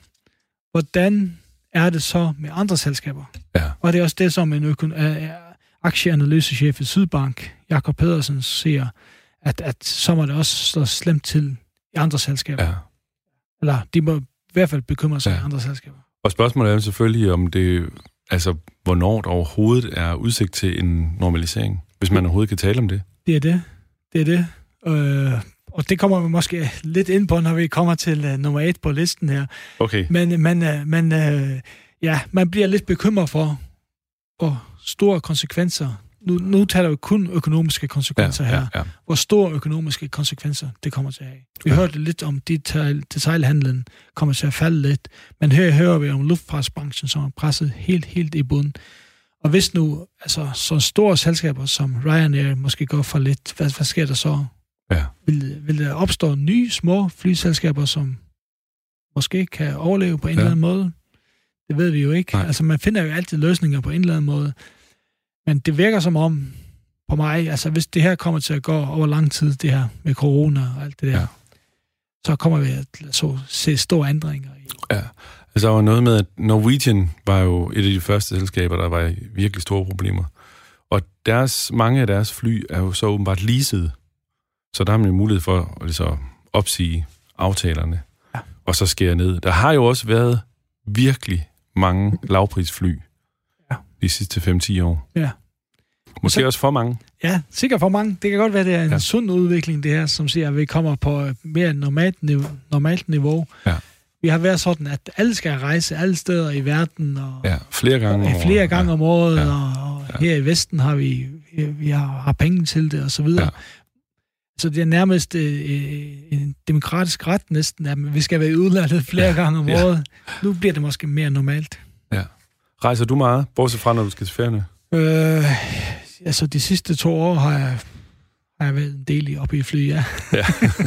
hvordan er det så med andre selskaber? Ja. Og det er også det, som en økon- uh, aktieanalysechef i Sydbank, Jakob Pedersen, siger, at, at så må det også stå slemt til i andre selskaber. Ja. Eller de må i hvert fald bekymre sig ja. i andre selskaber. Og spørgsmålet er jo selvfølgelig, om det, altså, hvornår der overhovedet er udsigt til en normalisering, hvis man overhovedet kan tale om det. Det er det. Det er det. Øh, og det kommer vi måske lidt ind på, når vi kommer til uh, nummer et på listen her. Okay. Men, men, uh, men uh, ja, man bliver lidt bekymret for, hvor store konsekvenser. Nu, nu taler vi kun økonomiske konsekvenser ja, her. Ja, ja. Hvor store økonomiske konsekvenser det kommer til at have. Vi ja. hørte lidt om, detail, detailhandlen kommer til at falde lidt, men her hører vi om luftfartsbranchen, som er presset helt, helt i bunden. Og hvis nu altså, så store selskaber som Ryanair måske går for lidt, hvad, hvad sker der så? Ja. Vil, vil der opstå nye, små flyselskaber, som måske kan overleve på en ja. eller anden måde? Det ved vi jo ikke. Nej. Altså, man finder jo altid løsninger på en eller anden måde. Men det virker som om, på mig, altså hvis det her kommer til at gå over lang tid, det her med corona og alt det der, ja. så kommer vi at så, se store ændringer. I. Ja, altså der var noget med, at Norwegian var jo et af de første selskaber, der var i virkelig store problemer. Og deres, mange af deres fly er jo så åbenbart leaset. Så der har man jo mulighed for at altså, opsige aftalerne, ja. og så skære ned. Der har jo også været virkelig mange lavprisfly ja. de sidste fem til ti år. Ja. Måske så, også for mange. Ja, sikkert for mange. Det kan godt være, det er en ja. sund udvikling, det her, som siger, at vi kommer på mere normalt niveau. Normalt niveau. Ja. Vi har været sådan, at alle skal rejse alle steder i verden. Og, ja, flere gange. Og flere gange ja. om året, ja. og ja. her i Vesten har vi, vi har, har penge til det, og så videre. Ja. Så det er nærmest øh, en demokratisk ret næsten, at vi skal være i udlandet flere ja. gange om ja. året. Nu bliver det måske mere normalt. Ja. Rejser du meget, bortset fra, når du skal til ferie? Øh, altså, de sidste to år har jeg, har jeg været en del i oppe i fly, ja. ja.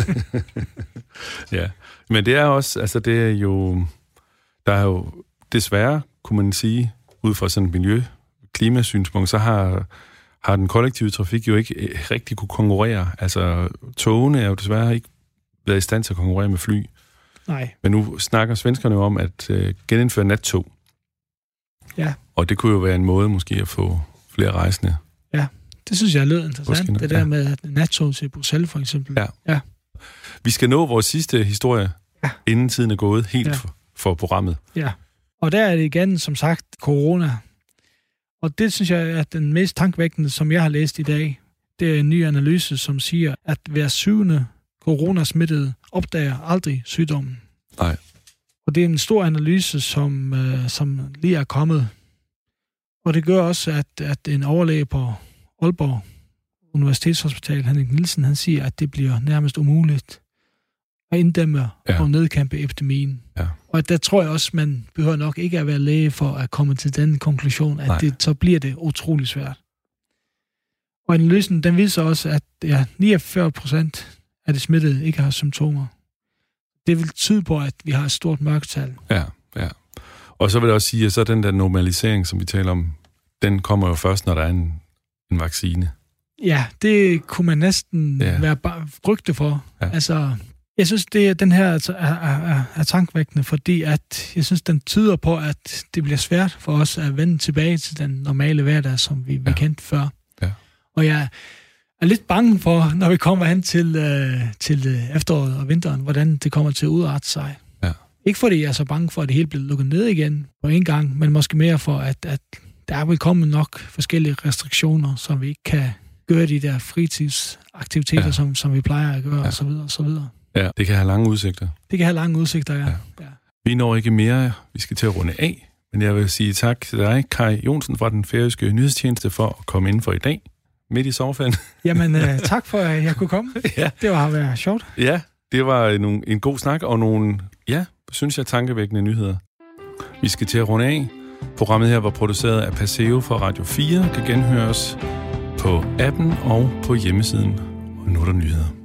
ja. Men det er også, altså det er jo, der er jo desværre, kunne man sige, ud fra sådan et miljø-klimasynspunkt, så har, har den kollektive trafik jo ikke rigtig kunne konkurrere. Altså, togene er jo desværre ikke været i stand til at konkurrere med fly. Nej. Men nu snakker svenskerne jo om at øh, genindføre nattog. Ja. Og det kunne jo være en måde måske at få flere rejsende. Ja, det synes jeg lød interessant. Måske, det der ja. med nattog til Bruxelles for eksempel. Ja. ja. Vi skal nå vores sidste historie, ja. inden tiden er gået helt ja. for, for programmet. Ja, og der er det igen, som sagt, corona. Og det synes jeg er den mest tankvækkende, som jeg har læst i dag. Det er en ny analyse, som siger, at hver syvende coronasmittede opdager aldrig sygdommen. Nej. Og det er en stor analyse, som, øh, som lige er kommet. Og det gør også, at, at en overlæge på Aalborg Universitetshospital, Henrik Nielsen, han siger, at det bliver nærmest umuligt at inddæmme ja. og nedkæmpe epidemien. Ja. Og der tror jeg også, man behøver nok ikke at være læge for at komme til den konklusion, at det, så bliver det utrolig svært. Og analysen, den viser også, at ja, niogfyrre procent af de smittede ikke har symptomer. Det vil tyde på, at vi har et stort mørketal. Ja, ja. Og så vil jeg også sige, at så den der normalisering, som vi taler om, den kommer jo først, når der er en, en vaccine. Ja, det kunne man næsten ja. være frygte for. Ja. Altså, jeg synes, det den her er, er, er, er tankvækkende, fordi at jeg synes, den tyder på, at det bliver svært for os at vende tilbage til den normale hverdag, som vi, ja. vi kendte før. Ja. Og jeg er lidt bange for, når vi kommer hen til, øh, til efteråret og vinteren, hvordan det kommer til at udarte sig. Ja. Ikke fordi jeg er så bange for, at det hele bliver lukket ned igen på en gang, men måske mere for, at, at der vil komme nok forskellige restriktioner, som vi ikke kan gøre de der fritidsaktiviteter, ja. som, som vi plejer at gøre, ja. og så videre, og så videre. Ja, det kan have lange udsigter. Det kan have lange udsigter, ja. ja. ja. Vi når ikke mere. Vi skal til at runde af. Men jeg vil sige tak til dig, Kai Jonsen fra den færøske nyhedstjeneste, for at komme ind for i dag. Midt i sofaen. Jamen, uh, tak for, at jeg kunne komme. ja. Det var været sjovt. Ja, det var nogle, en god snak og nogle, ja, synes jeg, tankevækkende nyheder. Vi skal til at runde af. Programmet her var produceret af Paseo for Radio fire, kan genhøres på appen og på hjemmesiden. Og nu er der nyheder.